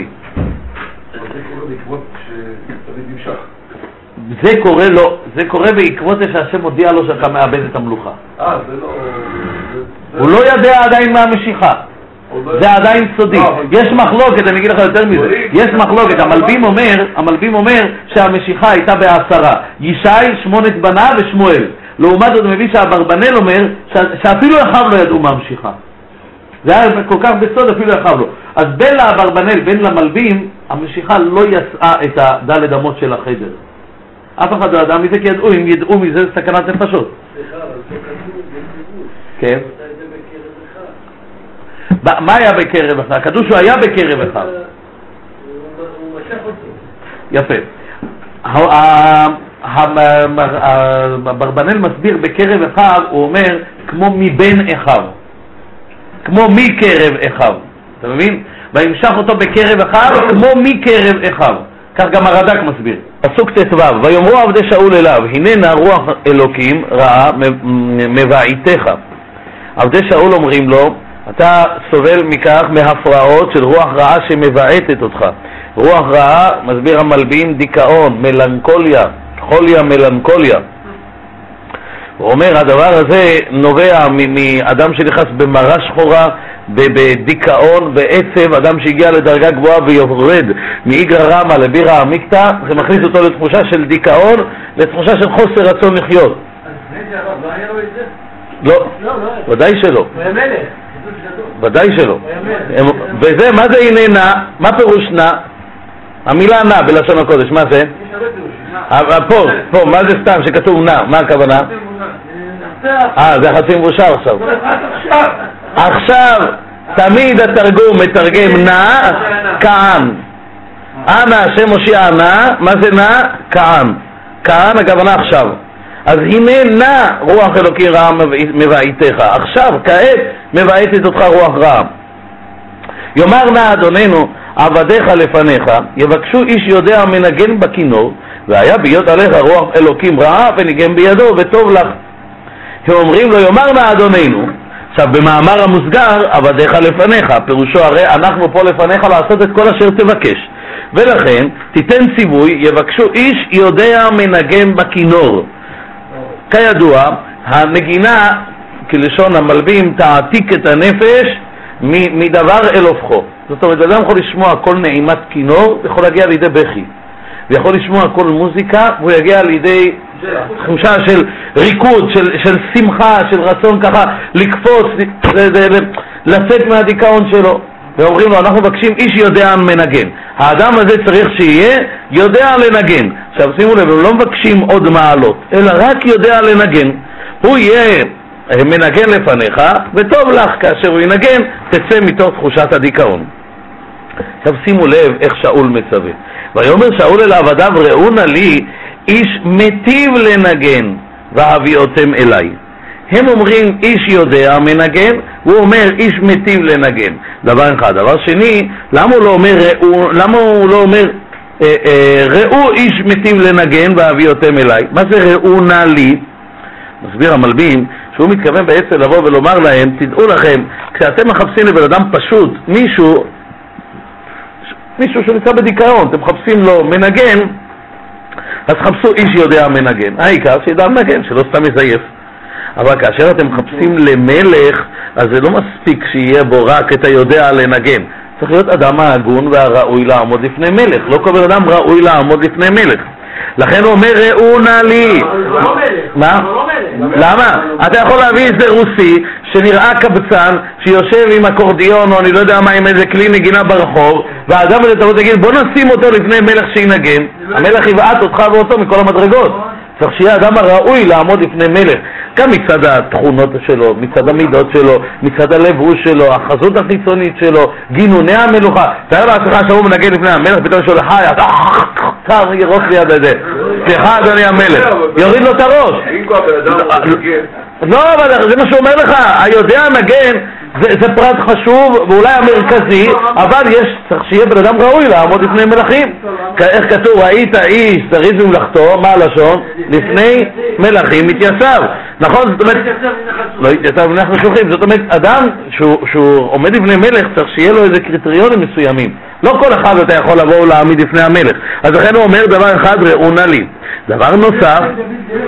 זה קורה בעקבות זה שהשם מודיע לו שאתה מאבד את המלוכה. הוא לא יודע עדיין מהמשיכה, זה עדיין סודי. יש מחלוקת, אני אגיד לך יותר מזה, יש מחלוקת. המלבים אומר שהמשיכה הייתה ב10, ישי, 8 בניו ושמואל. לעומת זאת מביא שהאברבנאל אומר שאפילו אחיו לא ידעו מהמשיכה. זה היה כל כך בסוד, אפילו אחיו לא. אז בין לאברבנאל, בין למלבים, המשיכה לא יצאה את הדלת אמות של החדר. אף אחד לא ידע מזה, כי ידעו, אם ידעו מזה זה סכנת נפשות. סליחה, אבל זה כתוב בפירוש. כן. מתי זה בקרב אחד? מה היה בקרב אחד? הקדוש הוא היה בקרב אחד. הוא משך אותו. יפה. אברבנאל מסביר בקרב אחד, הוא אומר כמו מבין אחיו, כמו מקרב אחיו, אתה מבין? וימשך אותו בקרב אחיו כמו מקרב אחיו. כך גם הרד"ק מסביר. פסוק ט"ו, ויאמרו עבדי שאול אליו, הננה רוח אלוקים רעה מבעיתך. עבדי שאול אומרים לו, אתה סובל מכך מהפרעות של רוח רעה שמבעטת אותך. רוח רעה, מסביר המלבים, דיכאון, מלנכוליה, חוליה מלנכוליה. הוא אומר, הדבר הזה נובע מאדם שנכנס במרה שחורה, בדיכאון, בעצב, אדם שהגיע לדרגה גבוהה ויורד מאיגרא רמא לבירא עמיקתא, זה מכניס אותו לתחושה של דיכאון, לתחושה של חוסר רצון לחיות. אז זה הרב, לא היה לו את זה? לא, ודאי שלא. הוא היה מלך. ודאי שלא. וזה, מה זה הננה? מה פירוש נע? המילה נע בלשון הקודש, מה זה? פה, מה זה סתם שכתוב נע? מה הכוונה? זה חצי מבושר עכשיו. עכשיו, תמיד התרגום מתרגם נע, כען. אנא השם מושיע נע, מה זה נע? כען. כען הכוונה עכשיו. אז הנה נע רוח אלוקי רעה מבעיתך. עכשיו, כעת, מבעיתת אותך רוח רעה. יאמר נא אדוננו, עבדיך לפניך, יבקשו איש יודע מנגן בכינור, והיה ביות עליך רוח אלוקים רעה וניגן בידו וטוב לך. שאומרים לו, יאמר נא אדוננו. עכשיו במאמר המוסגר, עבדיך לפניך, פירושו הרי אנחנו פה לפניך לעשות את כל אשר תבקש, ולכן תיתן ציווי, יבקשו איש יודע מנגן בכינור. כידוע, הנגינה כלשון המלבים תעתיק את הנפש מדבר אל הופכו. זאת אומרת, אדם יכול לשמוע כל נעימת כינור, יכול להגיע לידי בכי, ויכול לשמוע כל מוזיקה והוא יגיע לידי תחושה של ריקוד, של שמחה, של רצון ככה לקפוץ, לצאת מהדיכאון שלו. ואומרים לו, אנחנו מבקשים איש יודע מנגן. האדם הזה צריך שיהיה יודע לנגן. עכשיו שימו לב, הם לא מבקשים עוד מעלות, אלא רק יודע לנגן. הוא יהיה מנגן לפניך, וטוב לך כאשר הוא ינגן, תצא מתוך תחושת הדיכאון. עכשיו שימו לב איך שאול מצווה. ויאמר שאול אל עבדיו, ראו נא לי איש מטיב לנגן והביאותם אליי. הם אומרים איש יודע מנגן, הוא אומר איש מטיב לנגן. דבר אחד. דבר שני, למה הוא לא אומר ראו איש מטיב לנגן והביאותם אליי? מה זה ראו נא לי? מסביר המלבין שהוא מתכוון בעצם לבוא ולומר להם, תדעו לכם, כשאתם מחפשים לבן אדם פשוט, מישהו שנמצא בדיכאון, אתם מחפשים לו מנגן, אז חפשו איש יודע מנגן. העיקר שידע מנגן, שלא סתם יזייף. אבל כאשר אתם מחפשים למלך, אז זה לא מספיק שיהיה בו רק את היודע לנגן. צריך להיות אדם ההגון והראוי לעמוד לפני מלך. לא כל אדם ראוי לעמוד לפני מלך. לכן הוא אומר, ראו נא לי. מה? למה? אתה יכול להביא איזה רוסי שנראה קבצן, שיושב עם אקורדיון או אני לא יודע מה, עם איזה כלי נגינה ברחוב, והאדם הזה תבוא תגיד, בוא נשים אותו לפני מלך שינגן, המלך יבעט אותך ואותו מכל המדרגות. צריך שיהיה האדם הראוי לעמוד לפני מלך, גם מצד התכונות שלו, מצד המידות שלו, מצד הלבוש שלו, החזות החיצונית שלו, גינוני המלוכה. תאר לעצמך שהוא מנגן לפני המלך, פתאום שהוא לחי, אתה ירוץ ליד הזה, סליחה אדוני המלך, יוריד לו את הראש. לא, אבל זה מה שהוא אומר לך, היודע נגן זה פרט חשוב ואולי המרכזי, אבל צריך שיהיה בן אדם ראוי לעמוד לפני מלכים. איך כתוב, ראית איש זריז במלאכתו, מה הלשון? לפני מלכים מתייצב. נכון? זאת אומרת, לא התייצב אנחנו שולחים, זאת אומרת, אדם שהוא עומד לפני מלך צריך שיהיה לו איזה קריטריונים מסוימים. לא כל אחד אתה יכול לבוא ולהעמיד לפני המלך. אז לכן הוא אומר דבר אחד, ראו נא לי. דבר נוסף, דוד,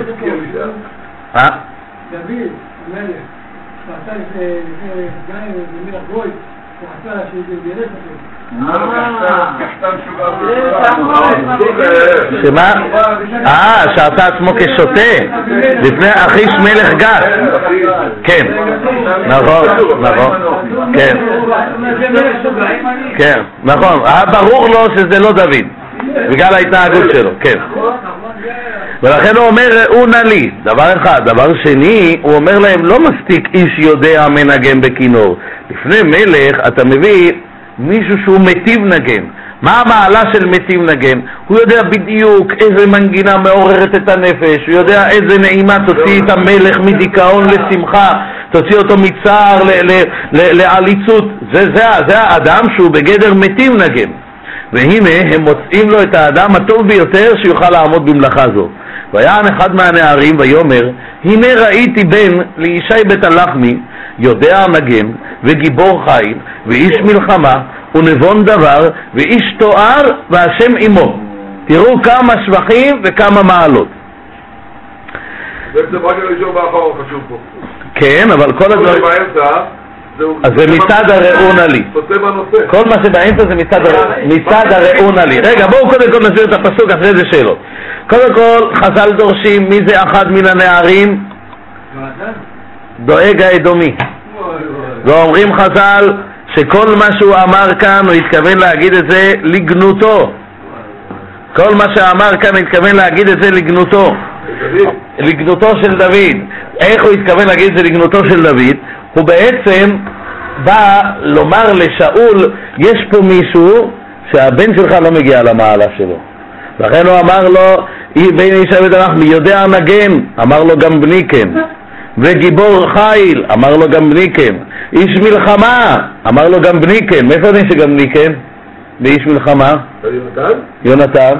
מלך, שעשה לפני מלך גוי, שעשה שגלס שמה? שעשה עצמו כשוטה לפני אחיש מלך גת. כן, נכון, כן, נכון, היה ברור לו שזה לא דוד בגלל ההתנהגות שלו, כן. ולכן הוא אומר ראו נא לי, דבר אחד. דבר שני, הוא אומר להם לא מספיק איש יודע מנגן בכינור. לפני מלך אתה מביא מישהו שהוא מטיב נגן. מה המעלה של מטיב נגן? הוא יודע בדיוק איזה מנגינה מעוררת את הנפש, הוא יודע איזה נעימה תוציא את המלך מדיכאון לשמחה, תוציא אותו מצער לעליצות. זה האדם שהוא בגדר מטיב נגן. והנה הם מוצאים לו את האדם הטוב ביותר שיוכל לעמוד במלאכה זו. ויען אחד מהנערים ויאמר, הנה ראיתי בן לישי בית הלחמי, יודע נגן וגיבור חיל ואיש מלחמה ונבון דבר ואיש תואר והשם עמו. תראו כמה שבחים וכמה מעלות. זה רק הראשון והאחרון חשוב פה. כן, אבל כל הדברים אז זה מצד הראו נא לי. כל מה שבאמצע זה מצד הראו נא לי. רגע, בואו קודם כל נסביר את הפסוק אחרי זה שאלות. קודם כל חז"ל דורשים מי זה אחד מן הנערים? דואג האדומי. ואומרים חז"ל שכל מה שהוא אמר כאן הוא התכוון להגיד את זה לגנותו. כל מה שאמר כאן הוא התכוון להגיד את זה לגנותו. לגנותו של דוד. איך הוא התכוון להגיד את זה לגנותו של דוד? הוא בעצם בא לומר לשאול, יש פה מישהו שהבן שלך לא מגיע למעלה שלו. לכן הוא אמר לו, בן אישה בית הלחמי יודע נגן, אמר לו גם בני כן. וגיבור חיל, אמר לו גם בני כן. איש מלחמה, אמר לו גם בני כן. מאיפה יודעים שגם בני כן? באיש מלחמה? יונתן.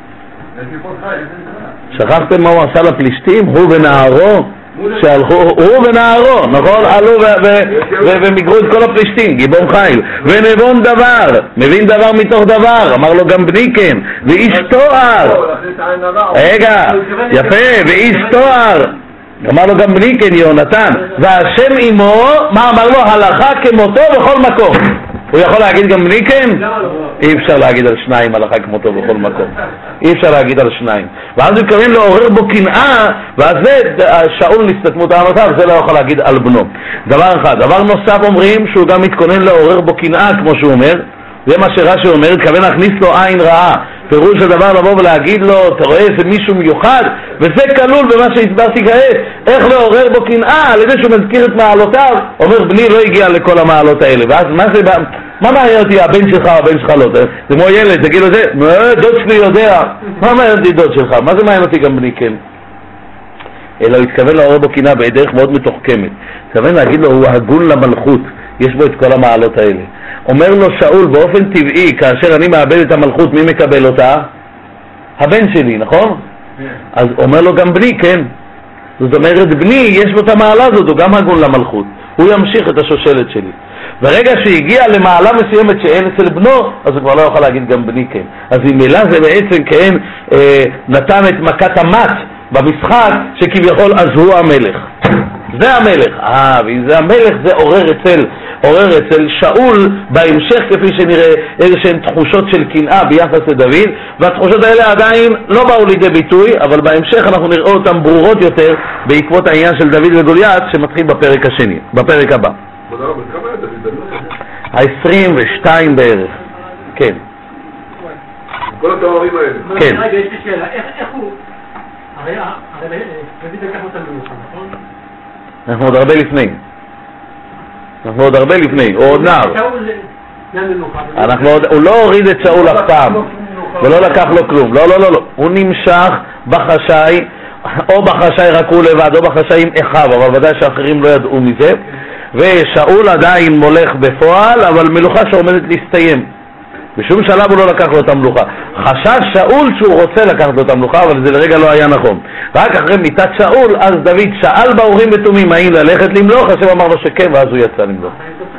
שכחתם מה הוא עשה לפלישתים? הוא ונערו? שהלכו, הוא ונערו, נכון? עלו ומיגרו את כל הפלישתים, גיבור חיל. ונבון דבר, מבין דבר מתוך דבר, אמר לו גם בני כן. ואיש תואר, רגע, יפה, ואיש תואר, אמר לו גם בני כן יונתן. והשם עמו, מה אמר לו? הלכה כמותו בכל מקום. הוא יכול להגיד גם בני כן? אי אפשר להגיד על שניים הלכה כמותו בכל מקום. אי אפשר להגיד על שניים. ואז הוא מתכוון לעורר בו קנאה, ואז זה שאול נסתתמות העמותיו, זה לא יכול להגיד על בנו. דבר אחד. דבר נוסף אומרים שהוא גם מתכונן לעורר בו קנאה, כמו שהוא אומר. זה מה שרש"י אומר, התכוון להכניס לו עין רעה. פירוש הדבר לבוא ולהגיד לו, אתה רואה, זה מישהו מיוחד, וזה כלול במה שהסברתי כעת. איך לעורר בו קנאה על ידי שהוא מזכיר את מעלותיו, אומר בני לא הגיע לכל המעלות האלה. ואז מה מעניין אותי הבן שלך או הבן שלך לא? זה כמו ילד, תגיד לו זה, דוד שלי יודע. מה מעניין אותי דוד שלך? מה זה מעניין אותי גם בני כן? אלא הוא התכוון לעורר בו קנאה בדרך מאוד מתוחכמת. התכוון להגיד לו, הוא הגון למלכות, יש בו את כל המעלות האלה. אומר לו שאול, באופן טבעי, כאשר אני מאבד את המלכות, מי מקבל אותה? הבן שלי, נכון? אז אומר לו גם בני, כן. זאת אומרת, בני, יש בו את המעלה הזאת, הוא גם הגון למלכות. הוא ימשיך את השושלת שלי. ברגע שהגיע למעלה מסוימת שאין אצל בנו, אז הוא כבר לא יכול להגיד גם בני כן. אז ממילא זה בעצם כן נתן את מכת המת במשחק, שכביכול אז הוא המלך. זה המלך. ואם זה המלך, זה עורר אצל שאול בהמשך, כפי שנראה, איזשהן תחושות של קנאה ביחס לדוד, והתחושות האלה עדיין לא באו לידי ביטוי, אבל בהמשך אנחנו נראה אותן ברורות יותר בעקבות העניין של דוד וגוליית שמתחיל בפרק השני, בפרק הבא. 22 בערך. כן. כל התוארים האלה. כן. רגע, יש לי שאלה, איך הוא... הרי דוד לקח אותם למלוכה, נכון? אנחנו עוד הרבה לפני. הוא עוד נער. הוא לא הוריד את שאול אף פעם, ולא לקח לו כלום. לא. הוא נמשך בחשאי, או בחשאי רק הוא לבד, או בחשאי עם אחיו, אבל ודאי שאחרים לא ידעו מזה. ושאול עדיין מולך בפועל, אבל מלוכה שעומדת להסתיים. בשום שלב הוא לא לקח לו את המלוכה. חשש שאול שהוא רוצה לקחת לו את המלוכה, אבל זה לרגע לא היה נכון. רק אחרי מיתת שאול, אז דוד שאל באורים ותומים האם ללכת למלוך, השם אמר לו שכן, ואז הוא יצא למלוך.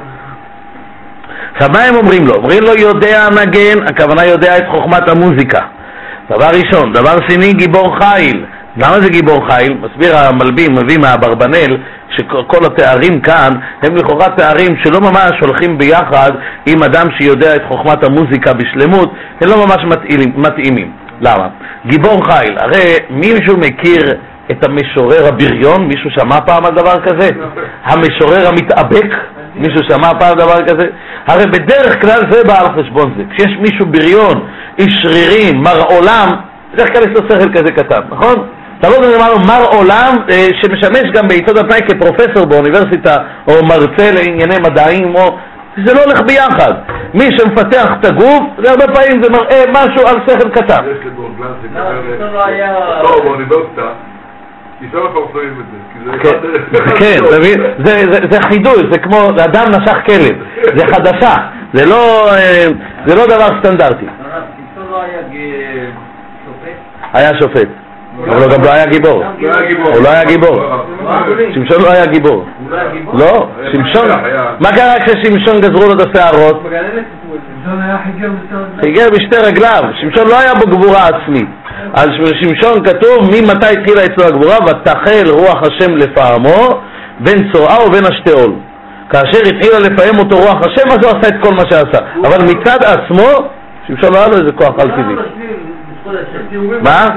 עכשיו מה הם אומרים לו? אומרים לו יודע נגן, הכוונה יודע את חוכמת המוזיקה. דבר ראשון. דבר שני, גיבור חיל. למה זה גיבור חיל? מסביר המלבים, מביא מהברבנל, שכל התארים כאן הם לכאורה תארים שלא ממש הולכים ביחד עם אדם שיודע את חוכמת המוזיקה בשלמות, הם לא ממש מתאימים. למה? גיבור חיל, הרי מישהו מכיר את המשורר הבריון? מישהו שמע פעם על דבר כזה? המשורר המתאבק? מישהו שמע פעם דבר כזה? הרי בדרך כלל זה בא על חשבון זה. כשיש מישהו בריון, איש שרירים, מר עולם, בדרך כלל יש לו שכל כזה קטן, נכון? אתה לא יודע מה מר עולם שמשמש גם ביסוד הפנאי כפרופסור באוניברסיטה או מרצה לענייני מדעים, זה לא הולך ביחד. מי שמפתח את הגוף, זה הרבה פעמים זה מראה משהו על שכל קטן. יש לדור גלנס, לא, באוניברסיטה, אישה מפרסמים את זה. כן, זה חידוש, זה כמו אדם נשך כלב, זה חדשה, זה לא דבר סטנדרטי. היה שופט. אבל הוא גם לא היה גיבור. הוא לא היה גיבור. שמשון לא היה גיבור. לא, שמשון. מה קרה כששמשון גזרו לו את השערות? שמשון היה חיגר בשתי רגליו. שמשון לא היה בו גבורה עצמית. אז שמשון כתוב ממתי התחילה אצלו הגבורה, ותחל רוח השם לפעמו בין צורעה ובין השתאול. כאשר התחילה לפעם אותו רוח השם, אז הוא עשה את כל מה שעשה. אבל מצד עצמו שמשון לא היה לו איזה כוח על טבעי. מה?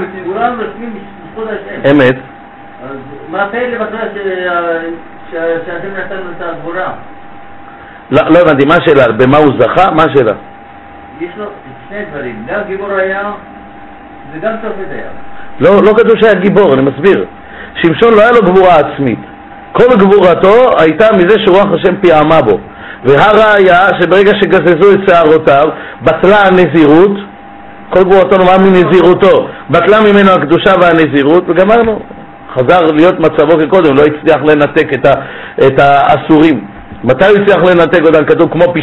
אמת. אז מה הפעיל לבטרה שאתם נתנו את הגבורה? לא הבנתי, מה השאלה? במה הוא זכה? מה השאלה? יש לו שני דברים, גם גיבור היה וגם שופט היה. לא כתוב שהיה גיבור, אני מסביר. שמשון לא היה לו גבורה עצמית. כל גבורתו הייתה מזה שרוח השם פיעמה בו. והראיה שברגע שגזזו את שערותיו בטלה הנזירות, כל גבורתו נאמר מנזירותו, בטלה ממנו הקדושה והנזירות, וגמרנו. חזר להיות מצבו כקודם, לא הצליח לנתק את האסורים. מתי הוא הצליח לנתק אותם? כתוב כמו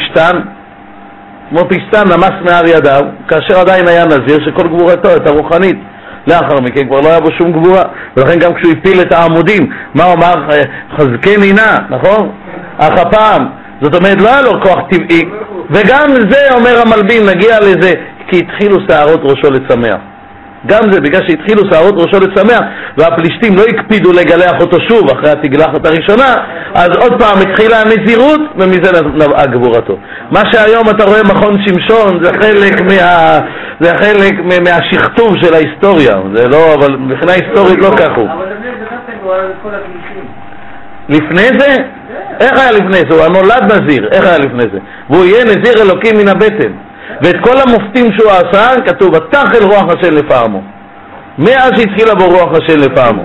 פשטן נמס מער ידיו, כאשר עדיין היה נזיר שכל גבורתו הייתה רוחנית. לאחר מכן כבר לא היה בו שום גבורה, ולכן גם כשהוא הפיל את העמודים, מה הוא אמר? חזקני נא, נכון? אך הפעם, זאת אומרת לא היה לו כוח טבעי, וגם זה אומר המלבים, נגיע לזה, כי התחילו שערות ראשו לצמח. גם זה, בגלל שהתחילו שערות ראשו לצמח, והפלישתים לא הקפידו לגלח אותו שוב אחרי התגלחת הראשונה, אז עוד פעם התחילה הנזירות, ומזה נבעה גבורתו. מה שהיום אתה רואה מכון שמשון, זה חלק מהשכתוב של ההיסטוריה, זה לא, אבל מבחינה היסטורית לא כך הוא. אבל לפני זה נתן על כל הפלישתים. לפני זה? איך היה לפני זה? הוא נולד נזיר, איך היה לפני זה? והוא יהיה נזיר אלוקים מן הבטן. ואת כל המופתים שהוא עשה, כתוב, ותחל רוח השם לפעמו. מאז שהתחילה בו רוח השם לפעמו.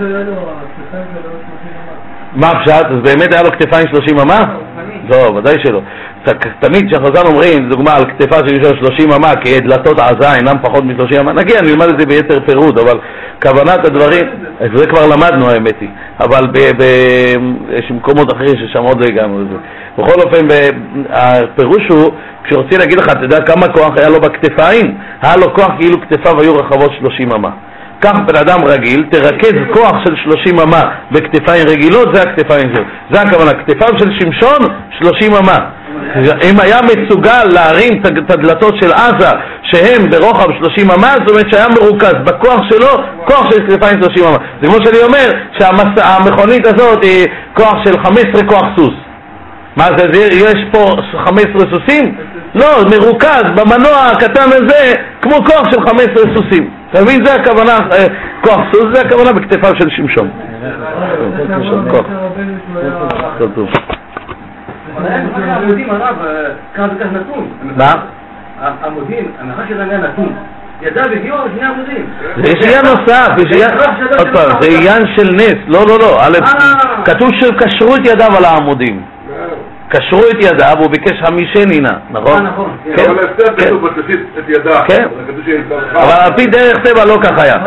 מה פשט? אז באמת היה לו כתפיים 30 אמה? לא, ודאי שלא. תמיד כשחז"ל אומרים, דוגמה על כתפה של אישה 30 אמה, כי דלתות עזה אינם פחות מ-30 אמה, נגיע, נלמד את זה ביתר פירוט, אבל כוונת הדברים, זה כבר למדנו האמת היא, אבל יש מקומות אחרים ששם עוד לא הגענו לזה. בכל אופן, הפירוש הוא, כשרוצים להגיד לך, אתה יודע כמה כוח היה לו בכתפיים? היה לו כוח כאילו כתפיו היו רחבות 30 אמה. כך בן אדם רגיל, תרכז כוח של 30 אמה בכתפיים רגילות, זה הכתפיים שלו. זה הכוונה, כתפיו של שמשון 30 אמה. אם היה מסוגל להרים את הדלתות של עזה שהם ברוחב 30 אמה, זאת אומרת שהיה מרוכז בכוח שלו, כוח של כתפיים 30 אמה. זה כמו שאני אומר שהמכונית הזאת היא כוח של 15 כוח סוס. מה זה? יש פה 15 סוסים? לא, מרוכז במנוע הקטן הזה כמו כוח של 15 סוסים. אתה מבין? זה הכוונה, כוח סוס זה הכוונה בכתפיו של שמשון. כוח. טוב. העמודים הרב, כמה זה כך נתון. מה? העמודים, המחר שזה היה נתון. ידע בגיור שני עמודים. זה עניין נוסף, עוד פעם, זה עניין של נס, לא. כתוב שקשרו את ידיו על העמודים. קשרו את ידיו, הוא ביקש חמישנינה, נכון? נכון. אבל ההסתר כתוב בתשית את ידה. כן. אבל על פי דרך טבע לא כך היה.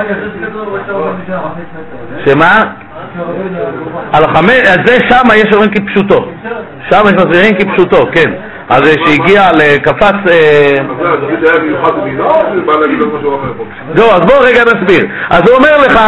שמה? על זה שם יש אומרים כפשוטו. שם יש מסבירים כפשוטו, כן. אז שהגיע לקפץ... זהו, אז בוא רגע נסביר. אז הוא אומר לך...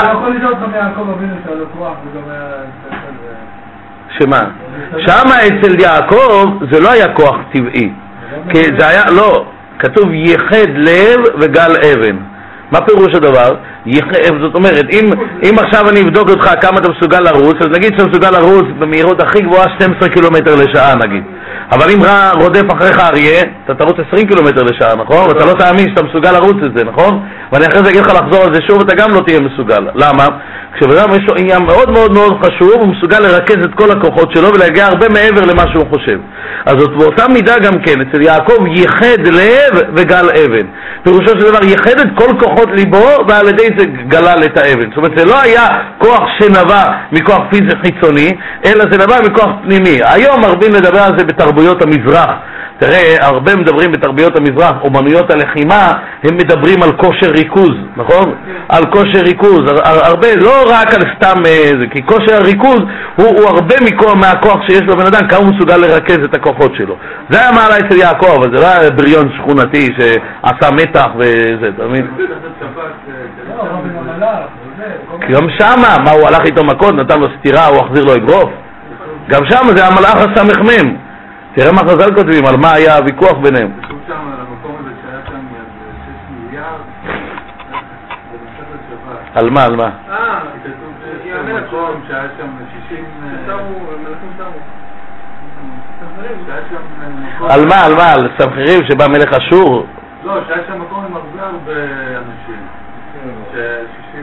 שמה? שמה אצל יעקב זה לא היה כוח טבעי, כי זה היה, לא, כתוב ייחד לב וגל אבן. מה פירוש הדבר? זאת אומרת, אם עכשיו אני אבדוק אותך כמה אתה מסוגל לרוץ, אז נגיד שאתה מסוגל לרוץ במהירות הכי גבוהה 12 קילומטר לשעה נגיד, אבל אם רודף אחריך אריה, אתה תרוץ 20 קילומטר לשעה, נכון? ואתה לא תאמין שאתה מסוגל לרוץ את זה, נכון? ואני אחרי זה אגיד לך לחזור על זה שוב, אתה גם לא תהיה מסוגל. למה? כשבאדם יש לו עניין מאוד מאוד מאוד חשוב, הוא מסוגל לרכז את כל הכוחות שלו ולהגיע הרבה מעבר למה שהוא חושב. אז זאת באותה מידה גם כן, אצל יעקב ייחד לב וגל אבן. פירושו של דבר, ייחד את כל כוחות ליבו ועל ידי זה גלל את האבן. זאת אומרת, זה לא היה כוח שנבע מכוח פיזי חיצוני, אלא זה נבע מכוח פנימי. היום מרבים לדבר על זה בתרבויות המזרח. תראה, הרבה מדברים בתרבויות המזרח, אומנויות הלחימה, הם מדברים על כושר ריכוז, נכון? על כושר ריכוז, הרבה, לא רק על סתם זה, כי כושר הריכוז הוא הרבה מהכוח שיש לו בן אדם, כמה הוא מסוגל לרכז את הכוחות שלו. זה היה מעלה אצל יעקב, אבל זה לא היה בריון שכונתי שעשה מתח וזה, אתה מבין? גם שמה, מה הוא הלך איתו מכות, נתן לו סתירה, הוא החזיר לו אגרוף? גם שמה זה המלאך הסמ"ם. תראה מה חז"ל כותבים, על מה היה הוויכוח ביניהם. כתוב שם על המקום הזה שהיה שם 6 מיליארד, במסכת שבת. על מה? כתוב מקום שהיה שם 60... על מה? על סנחריב שבא מלך אשור? לא, שהיה שם מקום עם הרבה אנשים. ש-60...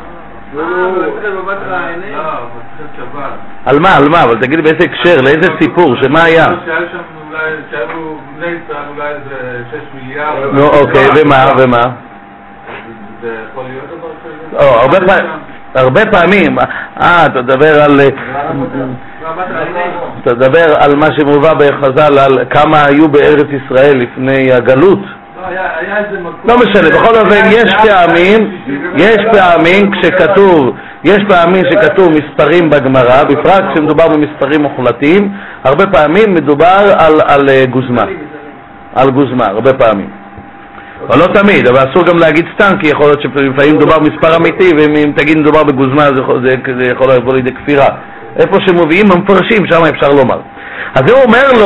על מה? אבל תגיד לי באיזה הקשר, לאיזה סיפור, שמה היה? שהיה שם אולי, שהיו בני ישראל אולי איזה 6 מיליארד. נו אוקיי, ומה? זה יכול להיות דבר כזה? הרבה פעמים, אתה תדבר על מה שמובא בחז"ל, על כמה היו בארץ ישראל לפני הגלות. לא משנה, בכל אופן יש פעמים שכתוב מספרים בגמרא, בפרט כשמדובר במספרים מוחלטים, הרבה פעמים מדובר על גוזמה, הרבה פעמים. אבל לא תמיד, אבל אסור גם להגיד סתם, כי יכול להיות שלפעמים מדובר מספר אמיתי, ואם תגיד מדובר בגוזמה זה יכול לבוא לידי כפירה. איפה שמוביאים המפרשים, שם אפשר לומר. אז הוא אומר לו,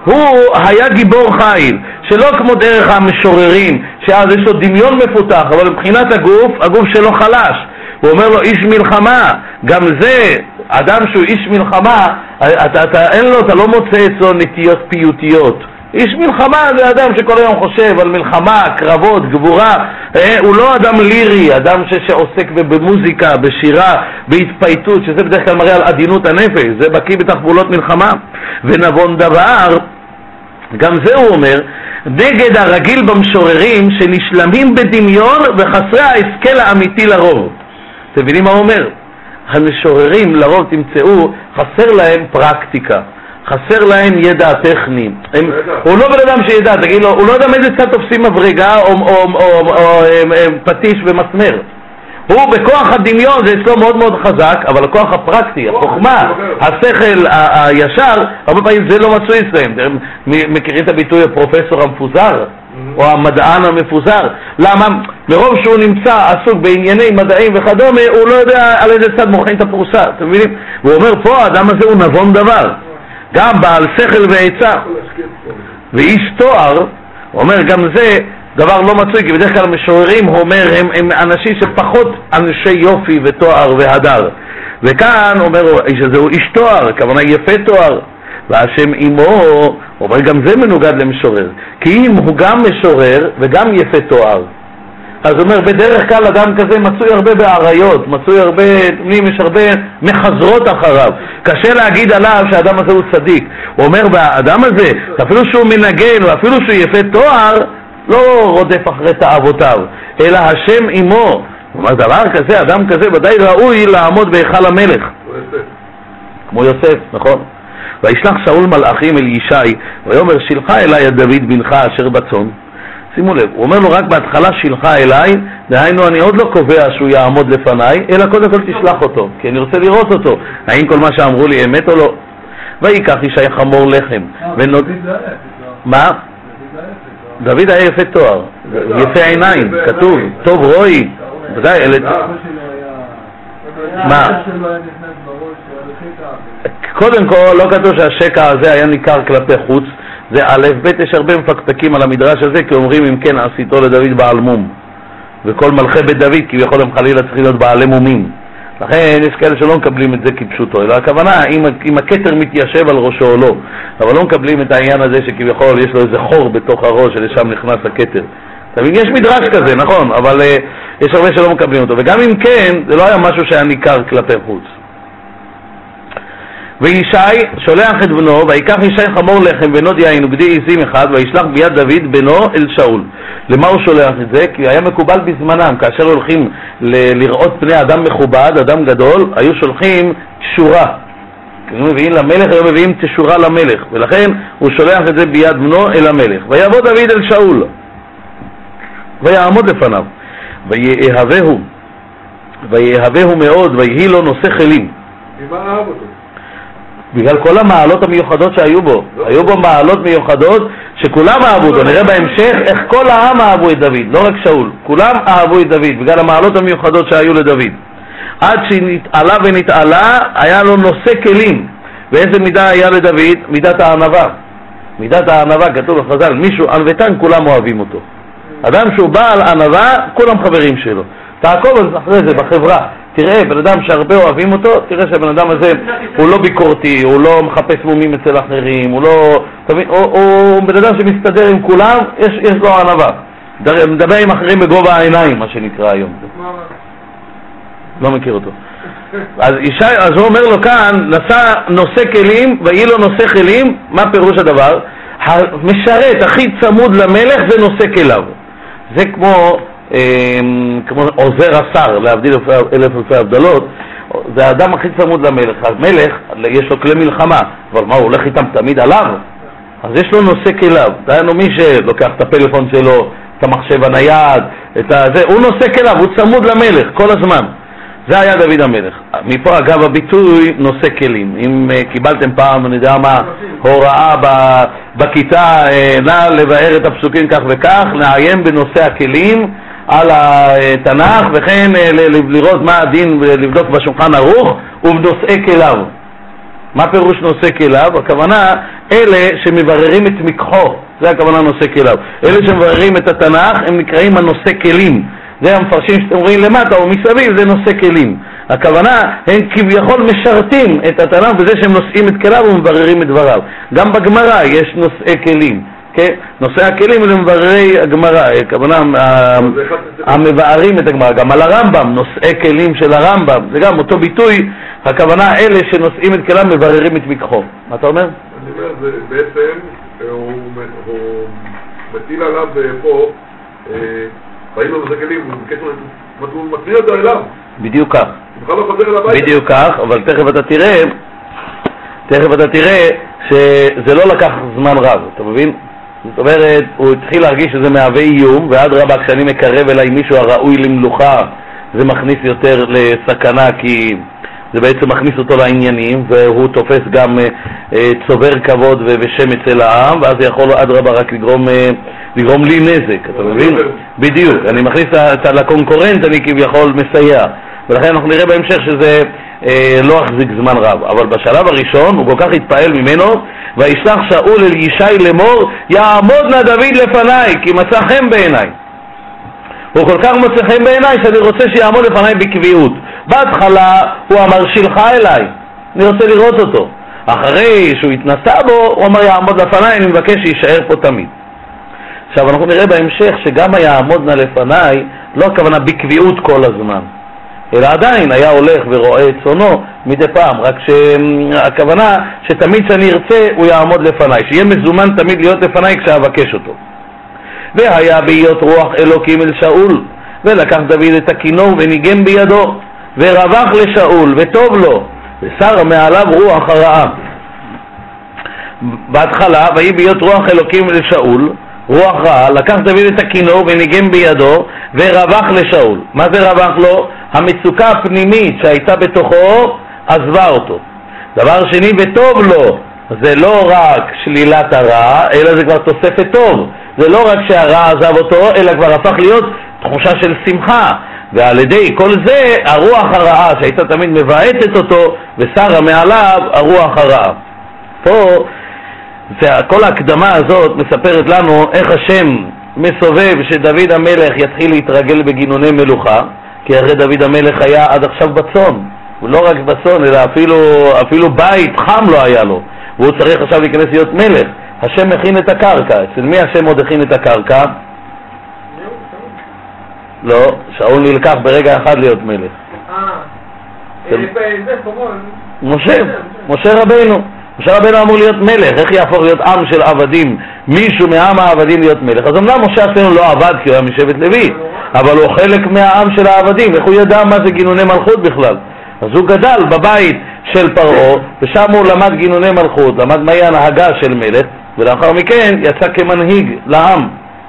הוא היה גיבור חיל, שלא כמו דרך המשוררים, שאז יש לו דמיון מפותח, אבל מבחינת הגוף שלו חלש. הוא אומר לו איש מלחמה, גם זה, אדם שהוא איש מלחמה, אתה לא מוצא אצלו נטיות פיוטיות. איש מלחמה זה אדם שכל היום חושב על מלחמה, קרבות, גבורה. הוא לא אדם לירי, אדם שעוסק במוזיקה, בשירה, בהתפייטות, שזה בדרך כלל מראה על עדינות הנפש, זה בקיא בתחבולות מלחמה. ונבון דבר, גם זה הוא אומר, נגד הרגיל במשוררים שנשלמים בדמיון וחסרי ההשכל האמיתי לרוב. אתם מבינים מה הוא אומר? המשוררים לרוב תמצאו, חסר להם פרקטיקה, חסר להם ידע טכני. הוא לא בן אדם שידע, תגיד לו, הוא לא יודע מאיזה צד תופסים מברגה או פטיש ומסמר. הוא בכוח הדמיון, זה אצלו מאוד מאוד חזק, אבל הכוח הפרקטי, החוכמה, השכל הישר, הרבה פעמים זה לא מצוי אצלם. מכירים את הביטוי הפרופסור המפוזר? או המדען המפוזר? למה? מרוב שהוא נמצא עסוק בענייני מדעים וכדומה, הוא לא יודע על איזה צד מוכן את הפרוסה. אתם מבינים? הוא אומר פה, האדם הזה הוא נבון דבר, גם בעל שכל ועצה ואיש תואר. הוא אומר גם זה דבר לא מצוי, כי בדרך כלל משוררים, הוא אומר, הם אנשים שפחות אנשי יופי ותואר והדר. וכאן אומר, האיש הזה הוא איש תואר, הכוונה יפה תואר, והשם עמו. הוא אומר, גם זה מנוגד למשורר, כי אם הוא גם משורר וגם יפה תואר, אז הוא אומר, בדרך כלל אדם כזה מצוי הרבה בעריות, מצוי הרבה, יש הרבה מחזרות אחריו, קשה להגיד עליו שהאדם הזה הוא צדיק. הוא אומר, באדם הזה, אפילו שהוא מנגן ואפילו שהוא יפה תואר, לא רודף אחרי תאוותיו, אלא השם עמו. הוא אומר, דבר כזה, אדם כזה ודאי ראוי לעמוד בהיכל המלך, כמו יוסף, נכון? וישלח שאול מלאכים אל ישי ויאמר, שלחה אליי דוד בנך אשר בצאן. שימו לב, הוא אומר לו רק בהתחלה שלחה אליי, דהיינו אני עוד לא קובע שהוא יעמוד לפניי, אלא קודם כל תשלח אותו, כי אני רוצה לראות אותו, האם כל מה שאמרו לי אמת או לא. ויקח ישי חמור לחם מה? דוד היה יפה תואר, יפה עיניים, כתוב, טוב רואי, ודאי, מה? קודם כל, לא כתוב שהשקע הזה היה ניכר כלפי חוץ, זה א' ב', יש הרבה מפקפקים על המדרש הזה, כי אומרים אם כן עשיתו לדוד בעל מום, וכל מלכי בית דוד כביכול הם חלילה צריכים להיות בעלי מומים. לכן יש כאלה שלא מקבלים את זה כפשוטו, אלא הכוונה אם הכתר מתיישב על ראשו או לא, אבל לא מקבלים את העניין הזה שכביכול יש לו איזה חור בתוך הראש שלשם נכנס הכתר. יש מדרש כזה, נכון, אבל יש הרבה שלא מקבלים אותו, וגם אם כן, זה לא היה משהו שהיה ניכר כלפי חוץ. וישי שולח את בנו, ויקח ישי חמור לחם ונוד יין וגדי עזים אחד, וישלח ביד דוד בנו אל שאול. למה הוא שולח את זה? כי היה מקובל בזמנם, כאשר הולכים לראות פני אדם מכובד, אדם גדול, היו שולחים תשורה. היו מביאים למלך, היו מביאים תשורה למלך, ולכן הוא שולח את זה ביד בנו אל המלך. ויבוא דוד אל שאול ויעמוד לפניו, ויאהבהו מאוד, ויהי לו נושא כלים. ממה אהב אותו? בגלל כל המעלות המיוחדות שהיו בו. היו בו מעלות מיוחדות שכולם אהבו אותו. נראה בהמשך איך כל העם אהבו את דוד, לא רק שאול, כולם אהבו את דוד בגלל המעלות המיוחדות שהיו לדוד. עד שנתעלה ונתעלה היה לו נושא כלים. ואיזה מידה היה לדוד? מידת הענווה. מידת הענווה, כתוב בחז"ל, מישהו ענוותן כולם אוהבים אותו. אדם שהוא בעל ענווה, כולם חברים שלו. תעקוב אחרי זה בחברה, תראה בן אדם שהרבה אוהבים אותו, תראה שהבן אדם הזה הוא לא ביקורתי, הוא לא מחפש מומים אצל אחרים, הוא בן אדם שמסתדר עם כולם, יש לו ענווה, מדבר עם אחרים בגובה העיניים, מה שנקרא היום. לא מכיר אותו. אז הוא אומר לו כאן, נשא נושא כלים ויהי לו נושא כלים. מה פירוש הדבר? המשרת הכי צמוד למלך זה נושא כליו. זה כמו עוזר השר, להבדיל אלף אלפי הבדלות, זה האדם הכי צמוד למלך. המלך יש לו כלי מלחמה, אבל מה, הוא הולך איתם תמיד עליו? אז יש לו נושא כליו. דיינו מי שלוקח את הפלאפון שלו, את המחשב הנייד, הוא נושא כליו, הוא צמוד למלך כל הזמן. זה היה דוד המלך. מפה אגב הביטוי נושא כלים. אם קיבלתם פעם, אני יודע מה, הוראה בכיתה, נא לבאר את הפסוקים כך וכך, נעיין בנושא הכלים על התנ"ך, וכן לראות מה הדין, לבדוק בשולחן ערוך ובנושאי כליו. מה פירוש נושא כליו? הכוונה אלה שמבררים את מקחו, זה הכוונה נושא כליו. אלה שמבררים את התנ"ך הם נקראים הנושא כלים, זה המפרשים שאתם רואים למטה או מסביב, זה נושא כלים. הכוונה הם כביכול משרתים את התנ"ך בזה שהם נושאים את כליו ומבררים את דבריו. גם בגמרא יש נושאי כלים, נושאי הכלים אלה מבררי הגמרא, הכוונה המבארים את הגמרא. גם על הרמב"ם, נושאי כלים של הרמב"ם, זה גם אותו ביטוי, הכוונה אלה שנושאים את כליו מבררים את מקחו. מה אתה אומר? אני אומר, בעצם הוא מטיל עליו פה, באים לו נושאי כלים, הוא מטריע אותו אליו. בדיוק כך. הוא בכלל לא חוזר אל הבית. בדיוק כך, אבל תכף אתה תראה שזה לא לקח זמן רב, אתה מבין? זאת אומרת, הוא התחיל להרגיש שזה מהווה איום, ועד רבה כשאני מקרב אליי מישהו הראוי למלוכה, זה מכניס יותר לסכנה, כי זה בעצם מכניס אותו לעניינים, והוא תופס גם צובר כבוד ושם אצל העם, ואז זה יכול עד רבה רק לגרום לי נזק, אתה מבין? בדיוק, אני מכניס לקונקורנט, אני כביכול מסייע, ולכן אנחנו נראה בהמשך שזה לא החזיק זמן רב. אבל בשלב הראשון הוא כל כך התפעל ממנו, וישלח שאול אל ישי לאמור, יעמוד נא דוד לפניי, כי מצא חן בעיניי. הוא כל כך מוצא חן בעיניי שאני רוצה שיעמוד לפניי בקביעות. בהתחלה הוא אמר שילחה אליי, אני רוצה לראות אותו. אחרי שהוא התנסה בו הוא אמר יעמוד לפניי, אני מבקש שישאר פה תמיד. עכשיו אנחנו נראה בהמשך שגם היעמוד נא לפניי לא הכוונה בקביעות כל הזמן, אלא עדיין היה הולך ורואה את צונו מדי פעם, רק שהכוונה שתמיד שאני ארצה הוא יעמוד לפניי, שיהיה מזומן תמיד להיות לפניי כשאבקש אותו. והיה בהיות רוח אלוקים אל שאול, ולקח דוד את הכינור וניגן בידו, ורווח לשאול וטוב לו, ושר מעליו רוח הרעה. בהתחלה, ויהי בהיות רוח אלוקים אל שאול, רוח רעה, לקח דוד את הכינור וניגן בידו, ורווח לשאול. מה זה רווח לו? המצוקה הפנימית שהייתה בתוכו עזבה אותו. דבר שני, וטוב לו, זה לא רק שלילת הרע, אלא זה כבר תוספת טוב. זה לא רק שהרע עזב אותו, אלא כבר הפך להיות תחושה של שמחה, ועל ידי כל זה הרוח הרעה שהייתה תמיד מבעטת אותו ושרה מעליו הרוח הרעה. פה כל ההקדמה הזאת מספרת לנו איך השם מסובב שדוד המלך יתחיל להתרגל בגינוני מלוכה, כי הרי דוד המלך היה עד עכשיו בצון, הוא לא רק בצון אלא אפילו בית חם לא היה לו, והוא צריך עכשיו להיכנס להיות מלך. השם מכין את הקרקע. אצל מי השם עוד הכין את הקרקע? לא, שאול נלקח ברגע אחד להיות מלך. משה רבנו. משה רבנו אמור להיות מלך. איך יהפוך להיות עם של עבדים? מישהו מהעם העבדים להיות מלך. אז אמנם משה רבנו לא עבד כי הוא היה משבט לוי, אבל הוא חלק מהעם של העבדים. איך הוא ידע מה זה גינוני מלכות בכלל? אז הוא גדל בבית של פרעה, ושם הוא למד גינוני מלכות, למד מהי הנהגה של מלך, ולאחר מכן יצא כמנהיג לעם.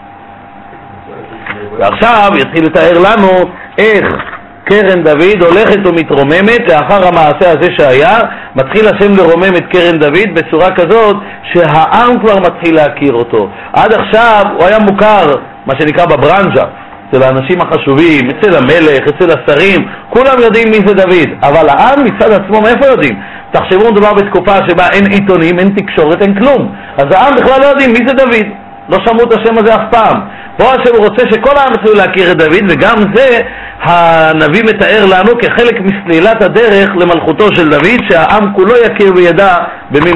ועכשיו יתחיל לתאר לנו איך קרן דוד הולכת ומתרוממת לאחר המעשה הזה שהיה. מתחיל השם לרומם את קרן דוד בצורה כזאת שהעם כבר מתחיל להכיר אותו. עד עכשיו הוא היה מוכר, מה שנקרא בברנז'ה, אצל האנשים החשובים, אצל המלך, אצל השרים, כולם יודעים מי זה דוד, אבל העם מצד עצמו מאיפה יודעים? תחשבו, מדובר בתקופה שבה אין עיתונים, אין תקשורת, אין כלום, אז העם בכלל לא יודעים מי זה דוד, לא שמעו את השם הזה אף פעם. פה השם רוצה שכל העם יתחילו להכיר את דוד, וגם זה הנביא מתאר לנו כחלק מסלילת הדרך למלכותו של דוד, שהעם כולו יכיר וידע במי